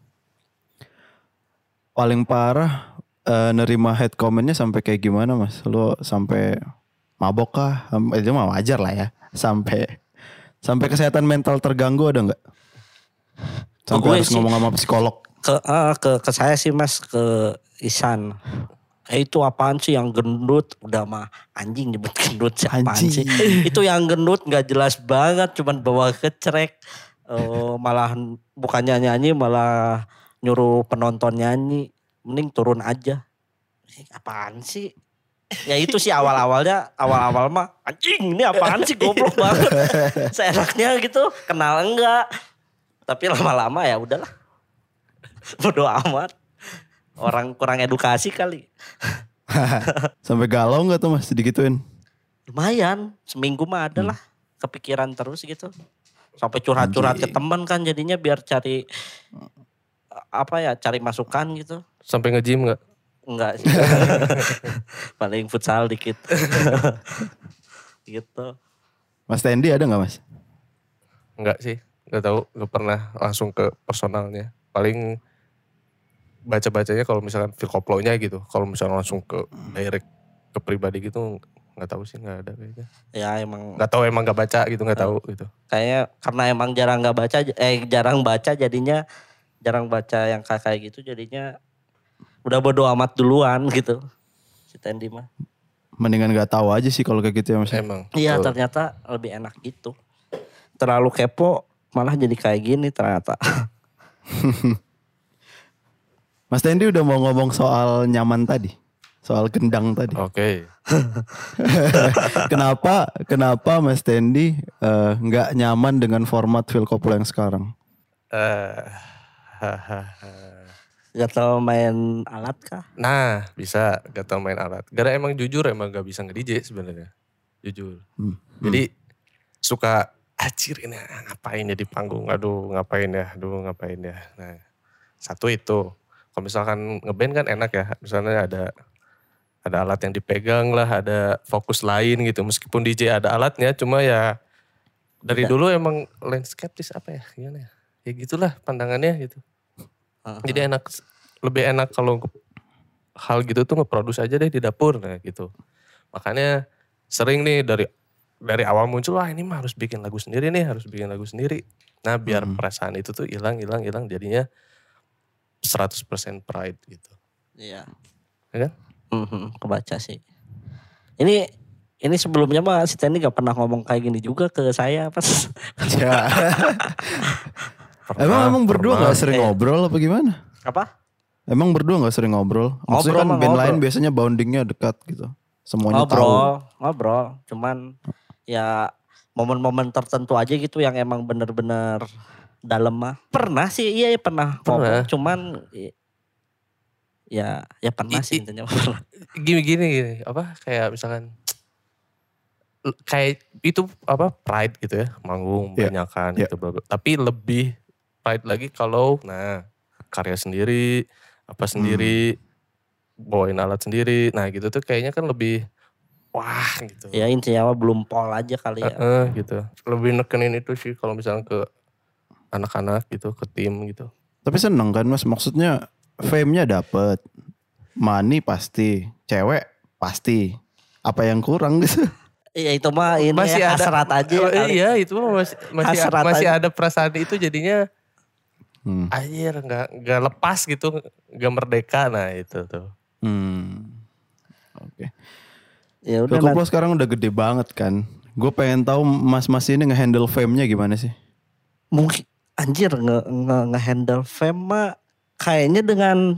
Paling parah eh, nerima head commentnya sampai kayak gimana Mas? Lu sampai mabok kah? Sam- Itu mah wajar lah ya. Sampai sampai kesehatan mental terganggu ada nggak? Sampai Gue harus sih- ngomong sama psikolog. Ke eh, ke ke saya sih Mas, ke Isan. Eh itu apaan sih yang gendut? Udah mah anjing nyebut gendut sih apaan Anjing. sih? Itu yang gendut nggak jelas banget, cuman bawa kecrek. Eh, malah bukannya nyanyi malah nyuruh penonton nyanyi. Mending turun aja. Eh, apaan sih? Ya itu sih awal-awalnya, awal-awal mah anjing ini apaan sih goblok banget. Seenaknya gitu, kenal enggak. Tapi lama-lama ya udahlah. Bodo amat. Orang kurang edukasi kali. Sampai galau nggak tuh Mas digituin? Lumayan, seminggu mah ada lah. Kepikiran terus gitu. Sampai curhat-curhat ke Anjing. teman kan jadinya biar cari apa ya, cari masukan gitu. Sampai nge-gym gak? Enggak sih. Paling futsal dikit. Gitu. Mas Tendi ada nggak Mas? Enggak sih. Gak tahu, gak pernah langsung ke personalnya. Paling baca-bacanya kalau misalkan Phil Koplo-nya gitu. Kalau misalkan langsung ke direct ke pribadi gitu nggak tahu sih, nggak ada kayaknya. Ya emang Nggak tahu emang nggak baca gitu, nggak tahu gitu. kayaknya karena emang jarang nggak baca, eh jarang baca jadinya jarang baca yang kayak kayak gitu jadinya udah bodo amat duluan gitu si Tendi mah. Mendingan nggak tahu aja sih kalau kayak gitu ya Mas. Emang. Iya betul. ternyata lebih enak gitu. Terlalu kepo malah jadi kayak gini ternyata. Mas Tendi udah mau ngomong soal nyaman tadi, soal gendang tadi. Oke. Kenapa kenapa Mas Tendi eh, nggak nyaman dengan format Phil Koplo yang sekarang? Eh, hahaha. Gak tau main alat kah? Nah, bisa gak tau main alat. Gara emang jujur emang gak bisa nge-D J sebenarnya. Jujur. Hmm. Jadi suka acir ini ngapain ya di panggung. Aduh ngapain ya. Aduh ngapain ya. Nah satu itu. Kalau misalkan ngeband kan enak ya. Misalnya ada ada alat yang dipegang lah. Ada fokus lain gitu. Meskipun D J ada alatnya. Cuma ya dari Tidak. dulu emang landscape apa ya. Gimana ya. Ya gitulah pandangannya gitu. Uh-huh. Jadi enak, lebih enak kalau hal gitu tuh ngeproduce aja deh di dapur, nah gitu. Makanya sering nih dari dari awal muncul, wah ini mah harus bikin lagu sendiri nih, harus bikin lagu sendiri. Nah biar Hmm. perasaan itu tuh hilang, hilang, hilang, jadinya seratus persen pride gitu. Iya. Ya kan? Mhm, kebaca sih. Ini ini sebelumnya mah si Tendi gak pernah ngomong kayak gini juga ke saya pas. Ya. emang emang berdua nggak sering Kayak- ngobrol apa gimana? Apa? Emang berdua nggak sering ngobrol? Maksudnya Ngobrol kan mah band ngobrol. lain biasanya boundingnya dekat gitu. Semuanya tahu. ngobrol, ngobrol. Cuman ya momen-momen tertentu aja gitu yang emang bener-bener dalam mah. Pernah sih, iya ya pernah. Pernah. Ngomong, cuman ya ya pernah I- sih i- intinya pernah. Gini gini gini apa kayak misalkan l- kayak itu apa pride gitu ya, manggung Iya, banyakan iya. gitu bla bla. Tapi lebih pride lagi kalau nah karya sendiri, apa sendiri, bawain alat sendiri. Nah gitu tuh kayaknya kan lebih wah gitu. Ya intinya mah belum pol aja kali ya. Heeh, gitu. Lebih nekenin itu sih kalau misalnya ke anak-anak gitu, ke tim gitu. Tapi seneng kan mas, maksudnya fame-nya dapet, money pasti, cewek pasti. Apa yang kurang gitu? Iya itu mah ini masih ya, hasrat aja. Oh, kali. iya itu mah masih masih, Hasrat masih aja. ada perasaan itu jadinya Hmm. anjir nggak nggak lepas gitu, nggak merdeka. Nah itu tuh. Hmm. Oke. Ya udah Phil Koplo nanti. sekarang udah gede banget kan. Gue pengen tahu mas-mas ini ngehandle fame-nya gimana sih? Mungkin anjir nge, nge, nge-handle fame mah kayaknya dengan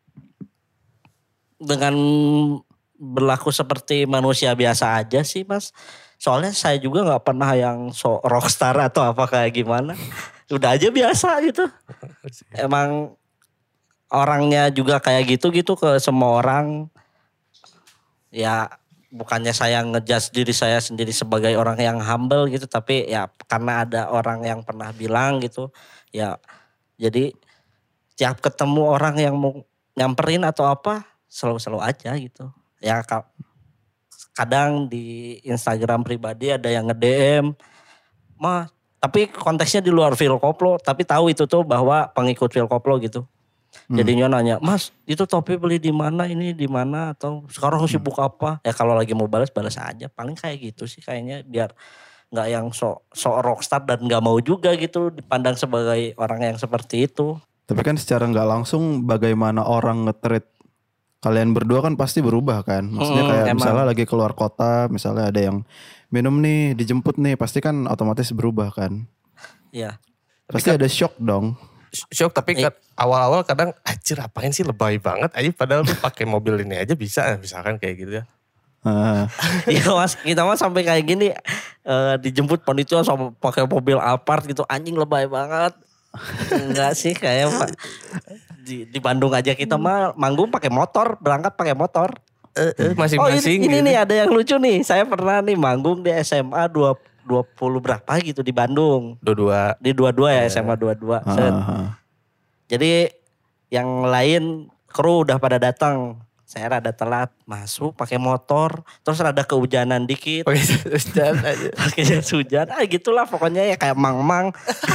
dengan berlaku seperti manusia biasa aja sih mas. Soalnya saya juga nggak pernah yang so rockstar atau apa kayak gimana. Udah aja biasa gitu. Emang orangnya juga kayak gitu gitu ke semua orang. Ya bukannya saya ngejudge diri saya sendiri sebagai orang yang humble gitu, tapi ya karena ada orang yang pernah bilang gitu, ya jadi tiap ketemu orang yang mau nyamperin atau apa selalu-selalu aja gitu. Ya kadang di Instagram pribadi ada yang nge-D M, mah tapi konteksnya di luar Phil Koplo, tapi tahu itu tuh bahwa pengikut Phil Koplo gitu. Jadinya nanya, mas itu topi beli di mana, ini di mana, atau sekarang sibuk apa? Ya kalau lagi mau balas balas aja, paling kayak gitu sih kayaknya biar nggak yang sok sok rockstar dan nggak mau juga gitu dipandang sebagai orang yang seperti itu. Tapi kan secara nggak langsung bagaimana orang nge-treat kalian berdua kan pasti berubah kan. Maksudnya Hmm, kayak emang. misalnya lagi keluar kota, misalnya ada yang minum nih, dijemput nih, pasti kan otomatis berubah kan. Ya, Pasti ada shock dong. Shock tapi Eh. kan awal-awal kadang anjir apain sih lebay banget aja padahal tuh pakai mobil ini aja bisa misalkan kayak gitu ya. Ah, iya mas, kita mah sampai kayak gini eh, dijemput panitia sama pakai mobil Alphard gitu, anjing lebay banget. Enggak sih kayak Pak. Di, di Bandung aja kita mah manggung pakai motor, berangkat pakai motor. Eh, eh, Oh ini, masing-masing ini gitu. nih ada yang lucu nih. Saya pernah nih manggung di S M A dua puluh berapa gitu di Bandung. Dua-dua. Di dua-dua ya S M A dua-dua. ah, Set. ah. Jadi yang lain kru udah pada datang. Saya rada telat masuk pakai motor. Terus rada kehujanan dikit. Pakai jas aja. Pakai jas hujan. Ah gitulah pokoknya ya kayak mang-mang.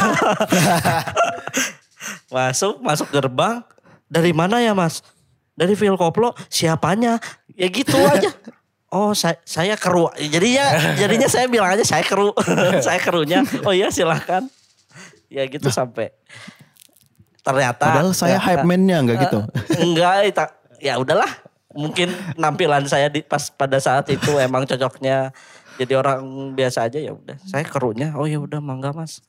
masuk, masuk gerbang. Dari mana ya mas? Dari Phil Koplo. Siapanya? Ya gitu aja. Oh saya, saya kru. Jadinya, jadinya saya bilang aja saya kru. saya krunya. Oh iya silahkan. Ya gitu sampai. Ternyata. Padahal saya hype man-nya enggak gitu. Enggak, ita- ya udahlah. Mungkin penampilan saya di pas pada saat itu emang cocoknya jadi orang biasa aja ya udah. Saya krunya, oh ya udah mangga mas.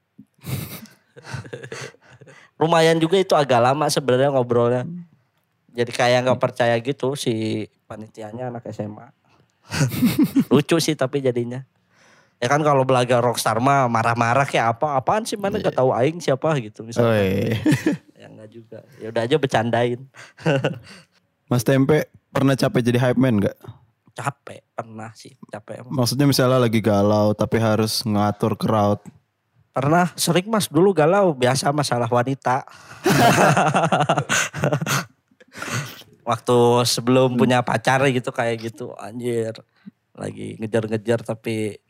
Lumayan juga itu agak lama sebenarnya ngobrolnya. Jadi kayak nggak percaya gitu si panitianya anak S M A. Lucu sih tapi jadinya. Ya kan kalau belaga rockstar mah marah-marah kayak apa apaan sih mana gak tahu aing siapa gitu misalnya. Oi. Ya enggak juga. Ya udah aja bercandain. Mas Tempe pernah capek jadi hype man enggak? Capek pernah sih, capek emang. Maksudnya misalnya lagi galau tapi harus ngatur crowd. Pernah sering mas dulu galau biasa masalah wanita. Waktu sebelum punya pacar gitu kayak gitu anjir. Lagi ngejar-ngejar tapi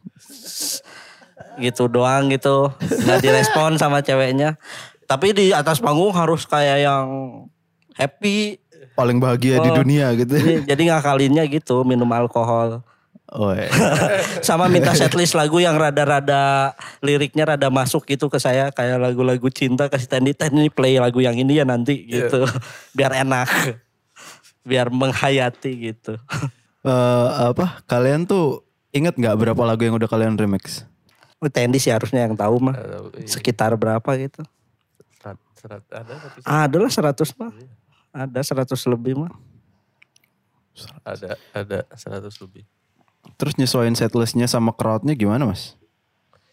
gitu doang gitu. Gak direspon sama ceweknya. Tapi di atas panggung harus kayak yang happy. Paling bahagia di Oh, dunia gitu. Jadi, jadi ngakalinnya gitu minum alkohol. Oi. Sama minta setlist lagu yang rada-rada liriknya rada masuk gitu ke saya. Kayak lagu-lagu cinta kasih Tandy Ten ini play lagu yang ini ya nanti gitu. Biar enak. Biar menghayati gitu. Eh, apa? Kalian tuh inget nggak berapa lagu yang udah kalian remix? Tandy sih harusnya yang tahu mah. Sekitar berapa gitu. Serat, serat, ada tapi Ah, adalah seratus mah. Ada seratus lebih mah. ada ada seratus lebih. Terus nyesuaiin setlistnya sama crowdnya gimana mas?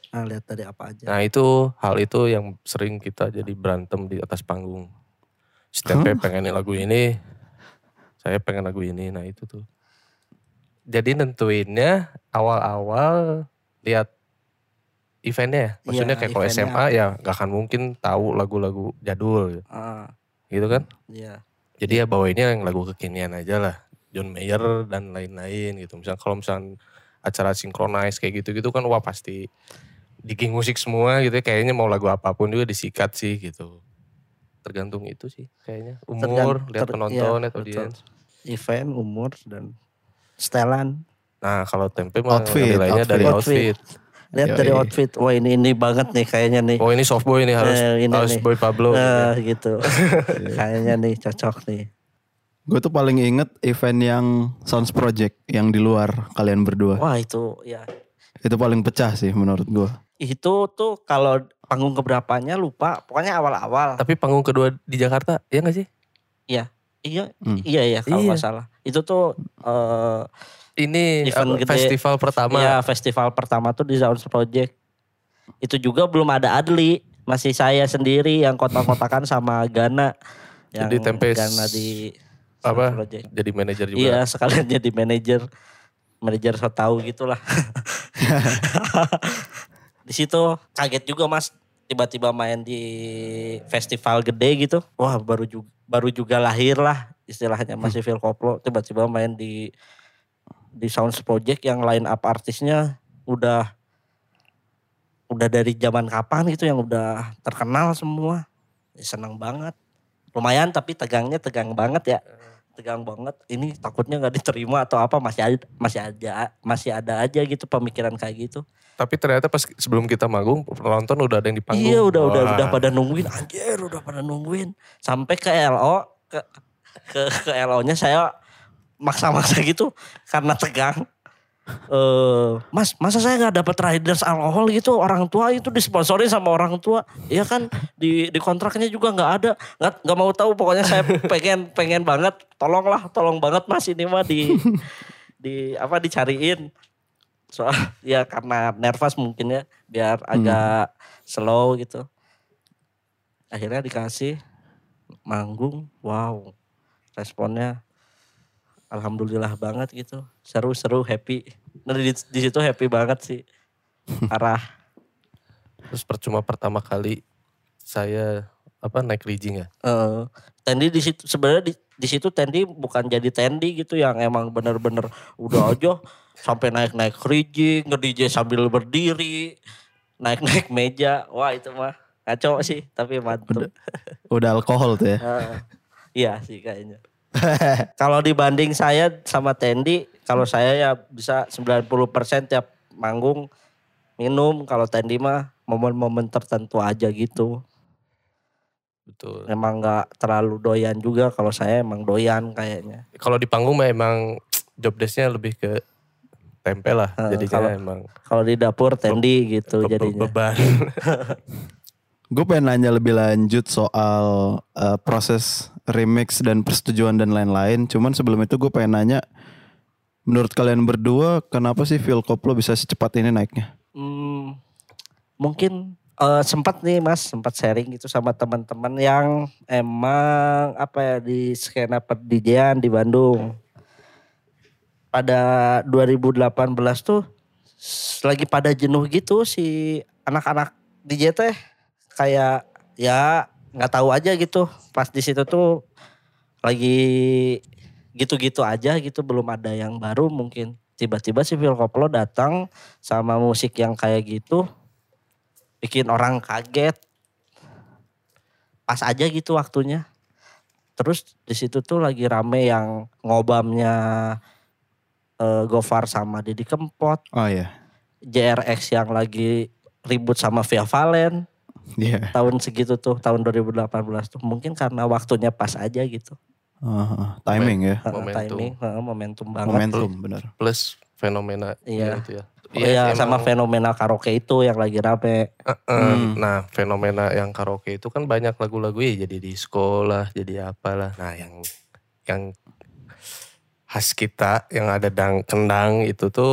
Nah, lihat dari apa aja. Nah itu hal itu yang sering kita jadi berantem di atas panggung. Si Tempe pengen lagu ini, saya pengen lagu ini. Nah itu tuh. Jadi nentuinnya awal-awal lihat eventnya. Maksudnya Iya, kayak kalau S M A ya gak akan mungkin tahu lagu-lagu jadul. Ah, Gitu kan. iya. Jadi ya bawainnya yang lagu kekinian aja lah. John Mayer dan lain-lain gitu. Misalnya kalau misalnya acara synchronize kayak gitu-gitu kan wah pasti digging musik semua gitu ya. Kayaknya mau lagu apapun juga disikat sih gitu. Tergantung itu sih kayaknya. Umur, Tergan- lihat ter- penonton, iya, lihat betul. audiens. Event, umur, dan setelan. Nah kalau Tempe mah Outfit, nilainya dari outfit. outfit. Lihat Yoi. dari outfit. Wah ini ini banget nih kayaknya nih. Oh ini soft boy nih harus, Eh, ini harus nih. boy Pablo. Nah, gitu. gitu. Kayaknya nih cocok nih. Gue tuh paling inget event yang Sounds Project yang di luar kalian berdua. Wah itu ya. Itu paling pecah sih menurut gue. Itu tuh kalau panggung keberapanya lupa. Pokoknya awal-awal. Tapi panggung kedua di Jakarta, ya gak sih? Iya. Iya, Hmm. iya iya kalau Iya. nggak salah. Itu tuh eh Ini Event apa, gede. festival pertama. Iya, festival pertama tuh di Sounds Project. Itu juga belum ada Adli, masih saya sendiri yang kotak-kotakan sama Gana. Yang Jadi Tempe Gana di apa, Sounds Project. jadi manajer juga. Iya, sekalian jadi manajer. Manajer so tahu gitulah. Di situ kaget juga Mas, tiba-tiba main di festival gede gitu. Wah, baru juga baru juga lahir lah istilahnya masih Phil Koplo, tiba-tiba main di di Sounds Project yang line up artisnya udah udah dari zaman kapan gitu yang udah terkenal semua. Ya, senang banget. Lumayan tapi tegangnya tegang banget ya. Tegang banget. Ini takutnya nggak diterima atau apa, masih ada masih ada masih ada aja gitu pemikiran kayak gitu. Tapi ternyata pas sebelum kita manggung, penonton udah ada yang di panggung. Iya udah udah Wah. udah pada nungguin, anjir udah pada nungguin. Sampai ke L O ke ke, ke L O-nya saya maksa-maksa gitu karena tegang. Eh, Mas, masa saya nggak dapat riders alkohol gitu? Orang tua itu disponsorin sama orang tua, ya kan? Di di kontraknya juga nggak ada, nggak nggak mau tahu. Pokoknya saya pengen pengen banget, tolonglah, tolong banget Mas ini mah di di apa dicariin. Soal ya karena nervous mungkin ya, biar agak slow gitu. Akhirnya dikasih manggung, wow, responnya alhamdulillah banget gitu, seru-seru, happy. Nah di, di situ happy banget sih, parah. Terus percuma pertama kali saya apa naik rigging ya. Uh, Tendi di situ sebenarnya di, di situ Tendi bukan jadi Tendi gitu yang emang bener-bener udah aja sampai naik-naik rigging, nge-D J sambil berdiri, naik-naik meja, wah itu mah ngaco sih tapi mantap. Udah alkohol tuh ya. Uh, iya sih kayaknya. Kalau dibanding saya sama Tendi, kalau saya ya bisa sembilan puluh persen tiap manggung minum. Kalau Tendi mah momen-momen tertentu aja gitu. Betul. Emang gak terlalu doyan juga, kalau saya emang doyan kayaknya. Kalau di panggung mah emang job desk-nya lebih ke Tempe lah. Uh, Jadinya kalau- emang Kalau di dapur Tendi gitu be- be- jadinya. beban. Gue pengen nanya lebih lanjut soal uh, proses remix dan persetujuan dan lain-lain. Cuman sebelum itu gue pengen nanya, menurut kalian berdua kenapa sih Phil Koplo bisa secepat ini naiknya? Hmm, mungkin eh, sempat nih Mas, sempat sharing gitu sama teman-teman yang emang apa ya di skena per D J-an di Bandung. Pada dua ribu delapan belas tuh s- lagi pada jenuh gitu si anak-anak D J teh, kayak ya nggak tahu aja gitu. Pas di situ tuh lagi gitu-gitu aja gitu, belum ada yang baru mungkin. Tiba-tiba si Phil Koplo datang sama musik yang kayak gitu, bikin orang kaget. Pas aja gitu waktunya. Terus di situ tuh lagi rame yang ngobamnya eh, Gofar sama Didi Kempot, Oh iya. J R X yang lagi ribut sama Via Valen. Iya. Tahun segitu tuh, tahun dua ribu delapan belas tuh. Mungkin karena waktunya pas aja gitu. Uh, timing ya. Heeh, Momentum. Timing, heeh, momentum banget. Momentum benar. Plus fenomena Iya. gitu ya. Oh iya, emang, sama fenomena karaoke itu yang lagi rame. eh, Hmm. Nah fenomena yang karaoke itu kan banyak lagu-lagu ya jadi di sekolah, jadi apalah. Nah yang yang khas kita yang ada dang kendang itu tuh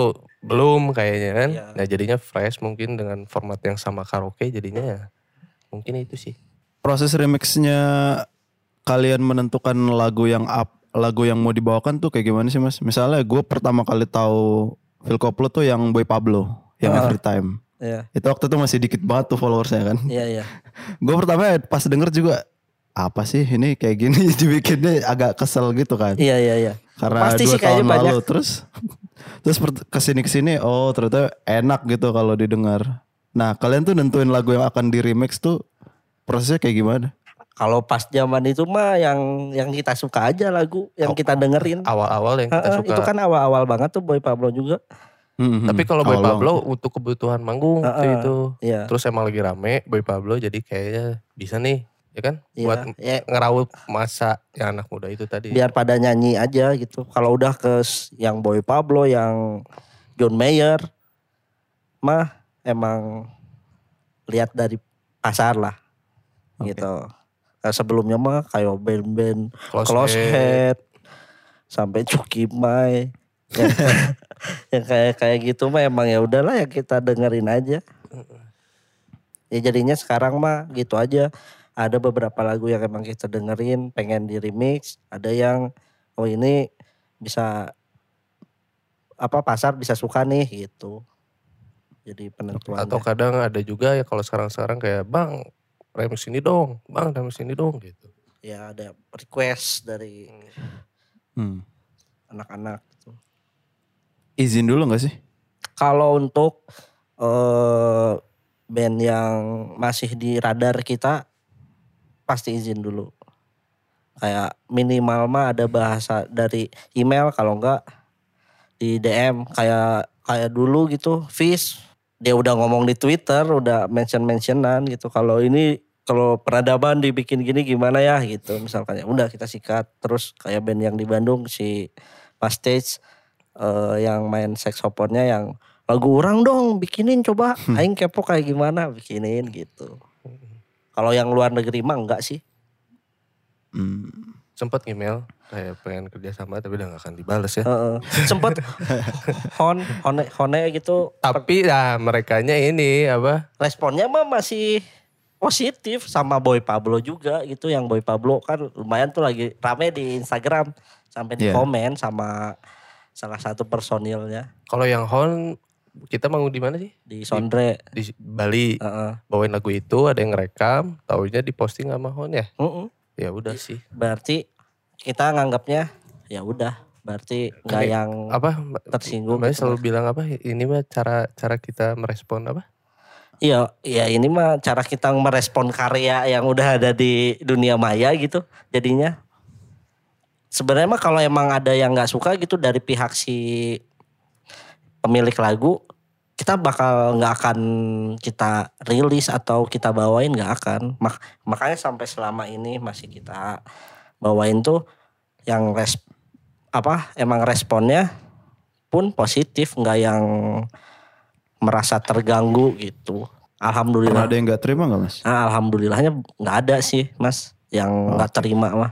belum kayaknya kan. Iya. Nah jadinya fresh mungkin dengan format yang sama karaoke jadinya ya mungkin itu sih. Proses remixnya kalian menentukan lagu yang up, lagu yang mau dibawakan tuh kayak gimana sih mas? Misalnya gue pertama kali tahu Phil Koplo tuh yang Boy Pablo, yang Ah. Every Time. Iya. Itu waktu itu masih dikit banget tuh followersnya kan. Iya, iya. Gue pertama pas denger juga apa sih ini kayak gini dibikinnya agak kesel gitu kan. Iya, iya, iya. Karena Pasti dua sih kayaknya tahun banyak. lalu terus terus per- kesini kesini oh ternyata enak gitu kalau didengar. Nah kalian tuh nentuin lagu yang akan di remix tuh prosesnya kayak gimana? Kalau pas zaman itu mah yang yang kita suka aja lagu yang Oh, kita dengerin. Awal-awal yang kita Heeh, suka. itu kan awal-awal banget tuh Boy Pablo juga. Hmm, Tapi kalau Boy awal Pablo untuk kebutuhan manggung waktu Heeh. itu. Iya. Terus emang lagi rame Boy Pablo jadi kayaknya bisa nih ya kan Iya, buat ya. ngerawat masa yang anak muda itu tadi. Biar pada nyanyi aja gitu. Kalau udah ke s- yang Boy Pablo, yang John Mayer, mah emang lihat dari pasar lah, Oke. gitu. Nah, sebelumnya mah kayak band-band Close Close Head. Head, sampai Cuki Mai, yang, yang kayak kayak gitu mah emang ya udahlah ya kita dengerin aja. Ya jadinya sekarang mah gitu aja. Ada beberapa lagu yang emang kita dengerin pengen di remix, ada yang oh ini bisa apa pasar bisa suka nih gitu. Jadi penentuannya. Atau kadang ada juga ya kalau sekarang-sekarang kayak bang remix ini dong, bang remix ini dong gitu. Ya ada request dari Hmm. anak-anak gitu. Izin dulu gak sih? Kalau untuk eh, band yang masih di radar kita pasti izin dulu. Kayak minimal mah ada bahasa dari email, kalau enggak di D M kayak kayak dulu gitu. Fish dia udah ngomong di Twitter, udah mention-mentionan gitu. Kalau ini kalau peradaban dibikin gini gimana ya gitu misalkan, ya udah kita sikat. Terus kayak band yang di Bandung si Pastage eh, yang main saksofonnya yang lagu orang dong bikinin coba, aing kepo kayak gimana bikinin gitu. Kalau yang luar negeri mah enggak sih. Hmm. Sempet email kayak pengen kerja sama tapi udah gak akan dibales ya. Heeh. Sempet hon hone hone gitu. Tapi ya merekanya ini apa? Responnya mah masih positif sama Boy Pablo juga gitu. Yang Boy Pablo kan lumayan tuh lagi rame di Instagram sampai di Iya. komen sama salah satu personilnya Kalau yang Hon kita manggung di mana sih? di Sondre. Di Bali. Heeh. Bawain lagu itu ada yang ngerekam, taunya diposting sama Hon ya. Heeh. Ya udah sih. Berarti kita nganggapnya ya udah, berarti nggak Oke. yang Apa? tersinggung Mbak gitu, selalu Mas. bilang apa? Ini mah cara cara kita merespon apa? Iya, ya ini mah cara kita merespon karya yang udah ada di dunia maya gitu. Jadinya sebenarnya mah kalau emang ada yang nggak suka gitu dari pihak si pemilik lagu, kita bakal nggak akan kita rilis atau kita bawain, nggak akan. Mak- makanya sampai selama ini masih kita bawain tuh yang res apa emang responnya pun positif, nggak yang merasa terganggu gitu. Pernah Alhamdulillah. ada yang gak terima gak mas? Nah, alhamdulillahnya nggak ada sih mas yang nggak terima mah.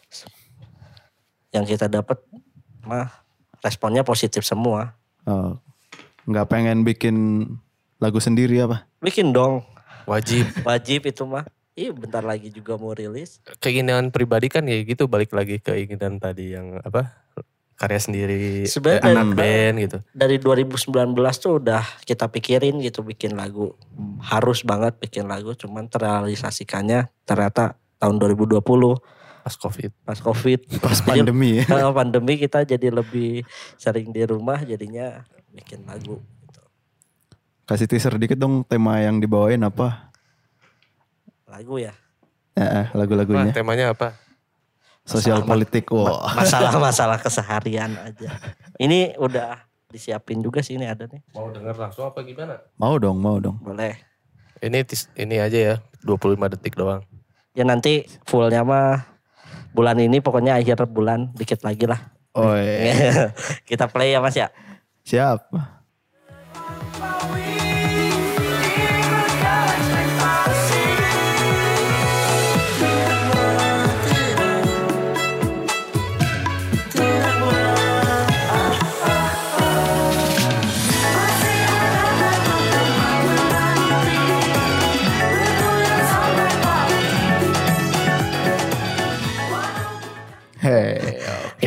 Yang kita dapat mah responnya positif semua. Oh. Gak pengen bikin lagu sendiri apa? Bikin dong, Wajib. wajib itu mah. Iya bentar lagi juga mau rilis. Keinginan pribadi kan ya gitu, balik lagi ke keinginan tadi yang apa? Karya sendiri, Sebenarnya eh, anak dari- band gitu. Dari dua ribu sembilan belas tuh udah kita pikirin gitu bikin lagu. Harus banget bikin lagu, cuman terrealisasikannya ternyata tahun dua ribu dua puluh Pas Covid. pas Covid. Pas Jadi, pandemi ya? eh, pandemi kita jadi lebih sering di rumah, jadinya bikin lagu gitu. Kasih teaser dikit dong tema yang dibawain apa? Lagu ya. Eh, eh, Wah, lagu-lagunya. temanya apa? Sosial Masalah- politik. Wah. Masalah-masalah keseharian aja. Ini udah disiapin juga sih, ini ada nih. Mau denger langsung apa gimana? Mau dong, mau dong. Boleh. Ini tis- ini aja ya, dua puluh lima detik doang. Ya nanti fullnya mah bulan ini, pokoknya akhir bulan dikit lagi lah. Oh iya. Kita play ya mas ya. Siap.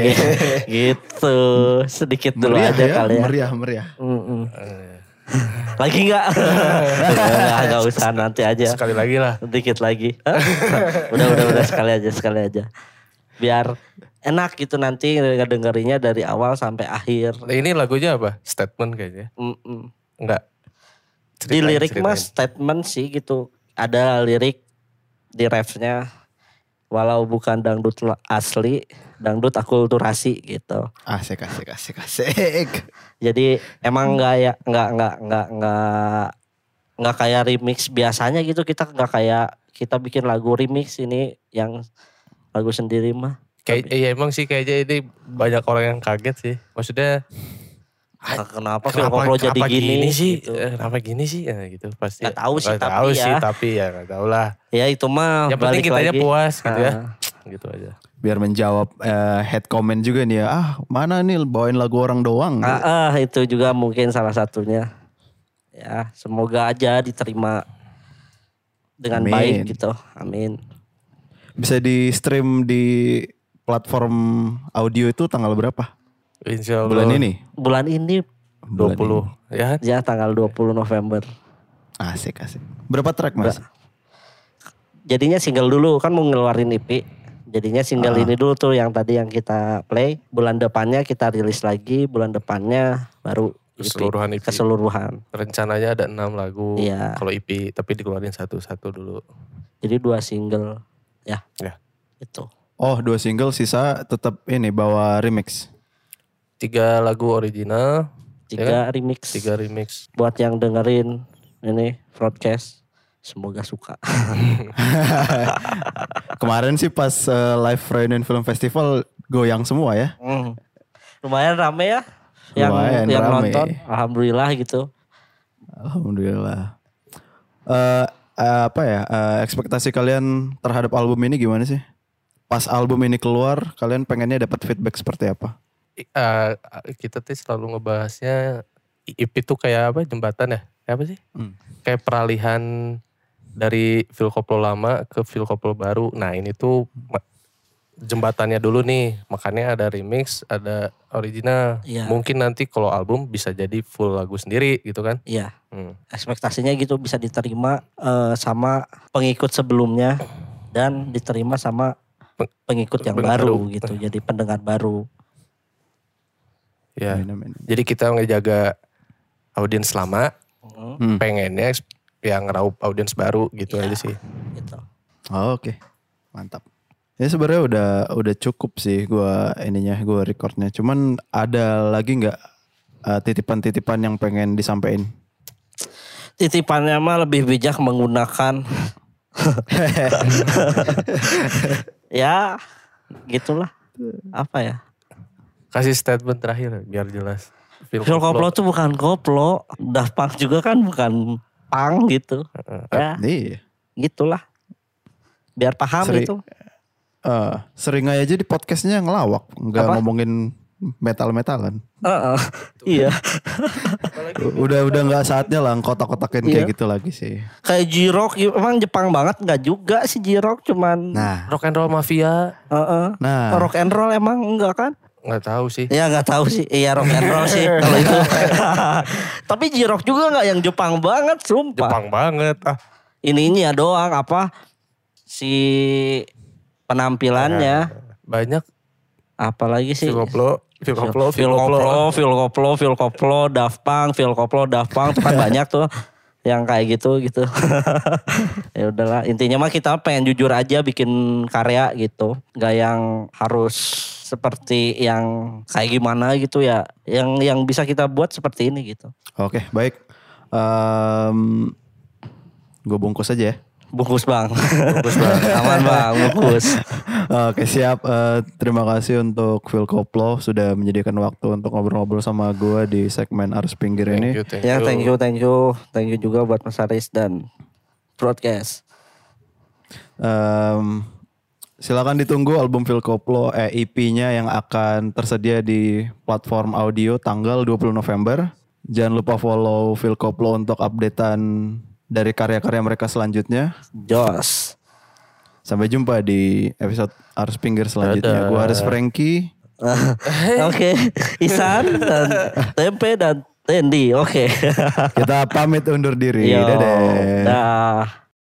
Gitu. Sedikit dulu Meriah aja ya, kali ya. meriah, meriah. Mm-mm. Lagi enggak? Enggak, enggak usah nanti aja. Sekali lagi lah. Sedikit lagi. udah, udah, udah sekali aja, sekali aja. Biar enak gitu nanti ngedengerinnya dari awal sampai akhir. Nah, ini lagunya apa? Statement kayaknya. Mm-mm. Enggak. Di Ceritain, lirik ceritain. mas statement sih gitu. Ada lirik di refnya. Walau bukan dangdut asli, dangdut akulturasi gitu. Asik, asik, asik, asik. Jadi emang nggak ya nggak nggak nggak nggak nggak kayak remix biasanya gitu, kita nggak kayak kita bikin lagu remix ini yang lagu sendiri mah. Kayak iya emang sih kayaknya ini banyak orang yang kaget sih. Maksudnya Nah, kenapa Phil kenapa, Koplo jadi kenapa gini, sih? gitu. Eh, Kenapa gini sih? Ya, gitu pasti. Nggak tahu sih, Nggak tapi tahu ya. sih, tapi ya nggak tahu lah. Ya itu mah Yang penting balik kitanya lagi. puas gitu ya. Ah. Gitu aja. Biar menjawab eh, head comment juga nih ya. Ah, mana nih bawain lagu orang doang. Ah, ah, itu juga mungkin salah satunya. Ya, semoga aja diterima dengan Amin. baik gitu. Amin. Bisa di stream di platform audio itu tanggal berapa? Insya Allah. Bulan ini? Bulan ini dua puluh ya. ya tanggal dua puluh November. Asik, asik. Berapa track mas? Jadinya single dulu kan mau ngeluarin E P. Jadinya single Ah. ini dulu tuh yang tadi yang kita play. Bulan depannya kita rilis lagi. Bulan depannya baru E P. Keseluruhan E P. Keseluruhan. Rencananya ada enam lagu Iya. kalau E P, tapi dikeluarin satu-satu dulu. Jadi dua single. Ya. Ya. Itu. Oh, dua single, sisa tetap ini bawa remix. Tiga lagu original, Tiga remix. tiga remix. Buat yang dengerin ini broadcast. Semoga suka. Kemarin sih pas eh, live Reunion Film Festival goyang semua ya. Hmm. Lumayan rame ya. Yang Lumayan yang rame. nonton. Alhamdulillah gitu. Alhamdulillah. Eh eh, apa ya? eh, ekspektasi kalian terhadap album ini gimana sih? Pas album ini keluar, kalian pengennya dapat feedback seperti apa? I- eh, kita tuh selalu ngebahasnya E P tuh kayak apa? Jembatan ya? Kayak apa sih? Hmm. Kayak peralihan dari Phil Koplo lama ke Phil Koplo baru. Nah ini tuh ma- jembatannya dulu nih. Makanya ada remix, ada original. Iya. Mungkin nanti kalau album bisa jadi full lagu sendiri gitu kan. Iya. Hmm. Ekspektasinya gitu bisa diterima eh, sama pengikut sebelumnya dan diterima sama Peng- pengikut yang pendengar baru baru. gitu. Jadi pendengar baru. Ya. Amin, amin. Jadi kita ngejaga audiens lama. Hmm. Pengennya yang ngeraup audiens baru gitu Iya. aja sih. Gitu. Oh, Oke, mantap. Ya sebenarnya udah udah cukup sih gua ininya, gua recordnya. Cuman ada lagi nggak eh, titipan-titipan yang pengen disampaikan? Titipannya mah lebih bijak menggunakan ya gitulah. Apa ya? Kasih statement terakhir biar jelas. Phil Phil Koplo tuh bukan koplo, Daft Punk juga kan bukan punk gitu. Ya, Iya. gitulah. Biar paham Seri- itu. Eh, sering aja di podcastnya ngelawak, nggak Apa? ngomongin metal-metalan. Heeh. Iya. Udah udah nggak saatnya lah kotak-kotakin Iya. kayak gitu lagi sih. Kayak J-Rock emang Jepang banget enggak juga sih J-Rock cuman Nah, Rock and Roll Mafia heeh. nah. Rock and roll emang enggak kan? nggak tahu sih. Ya enggak tahu sih. Iya rock and roll sih kalau itu. Tapi J-Rock juga enggak yang Jepang banget sumpah. Jepang banget ah. Ininya doang apa si penampilannya Banyak apalagi sih? Phil Koplo, Phil Koplo, Phil Koplo, Phil Koplo, Phil Koplo, Daft Punk, Phil Koplo, Daft Punk itu kan banyak tuh yang kayak gitu gitu. Ya udahlah, intinya mah kita pengen jujur aja bikin karya gitu, nggak yang harus seperti yang kayak gimana gitu ya. Yang yang bisa kita buat seperti ini gitu. Oke, baik. Em gue bungkus aja ya. Bungkus bang, bungkus bang, aman bang, bungkus. Oke, siap. Eh, terima kasih untuk Phil Koplo sudah menyediakan waktu untuk ngobrol-ngobrol sama gue di segmen Arus Pinggir Thank ini. you, thank Ya you. thank you, thank you, thank you juga buat Mas Aris dan broadcast. Em, silakan ditunggu album Phil Koplo eh, E P-nya yang akan tersedia di platform audio tanggal dua puluh November. Jangan lupa follow Phil Koplo untuk updatean dari karya-karya mereka selanjutnya. Jos. Sampai jumpa di episode Arus Pinggir selanjutnya. Dadah. Gue Haris Franky. Oke, Isan dan Tempe dan Tendi. Oke. Kita pamit undur diri. Yo, Dadah. dah.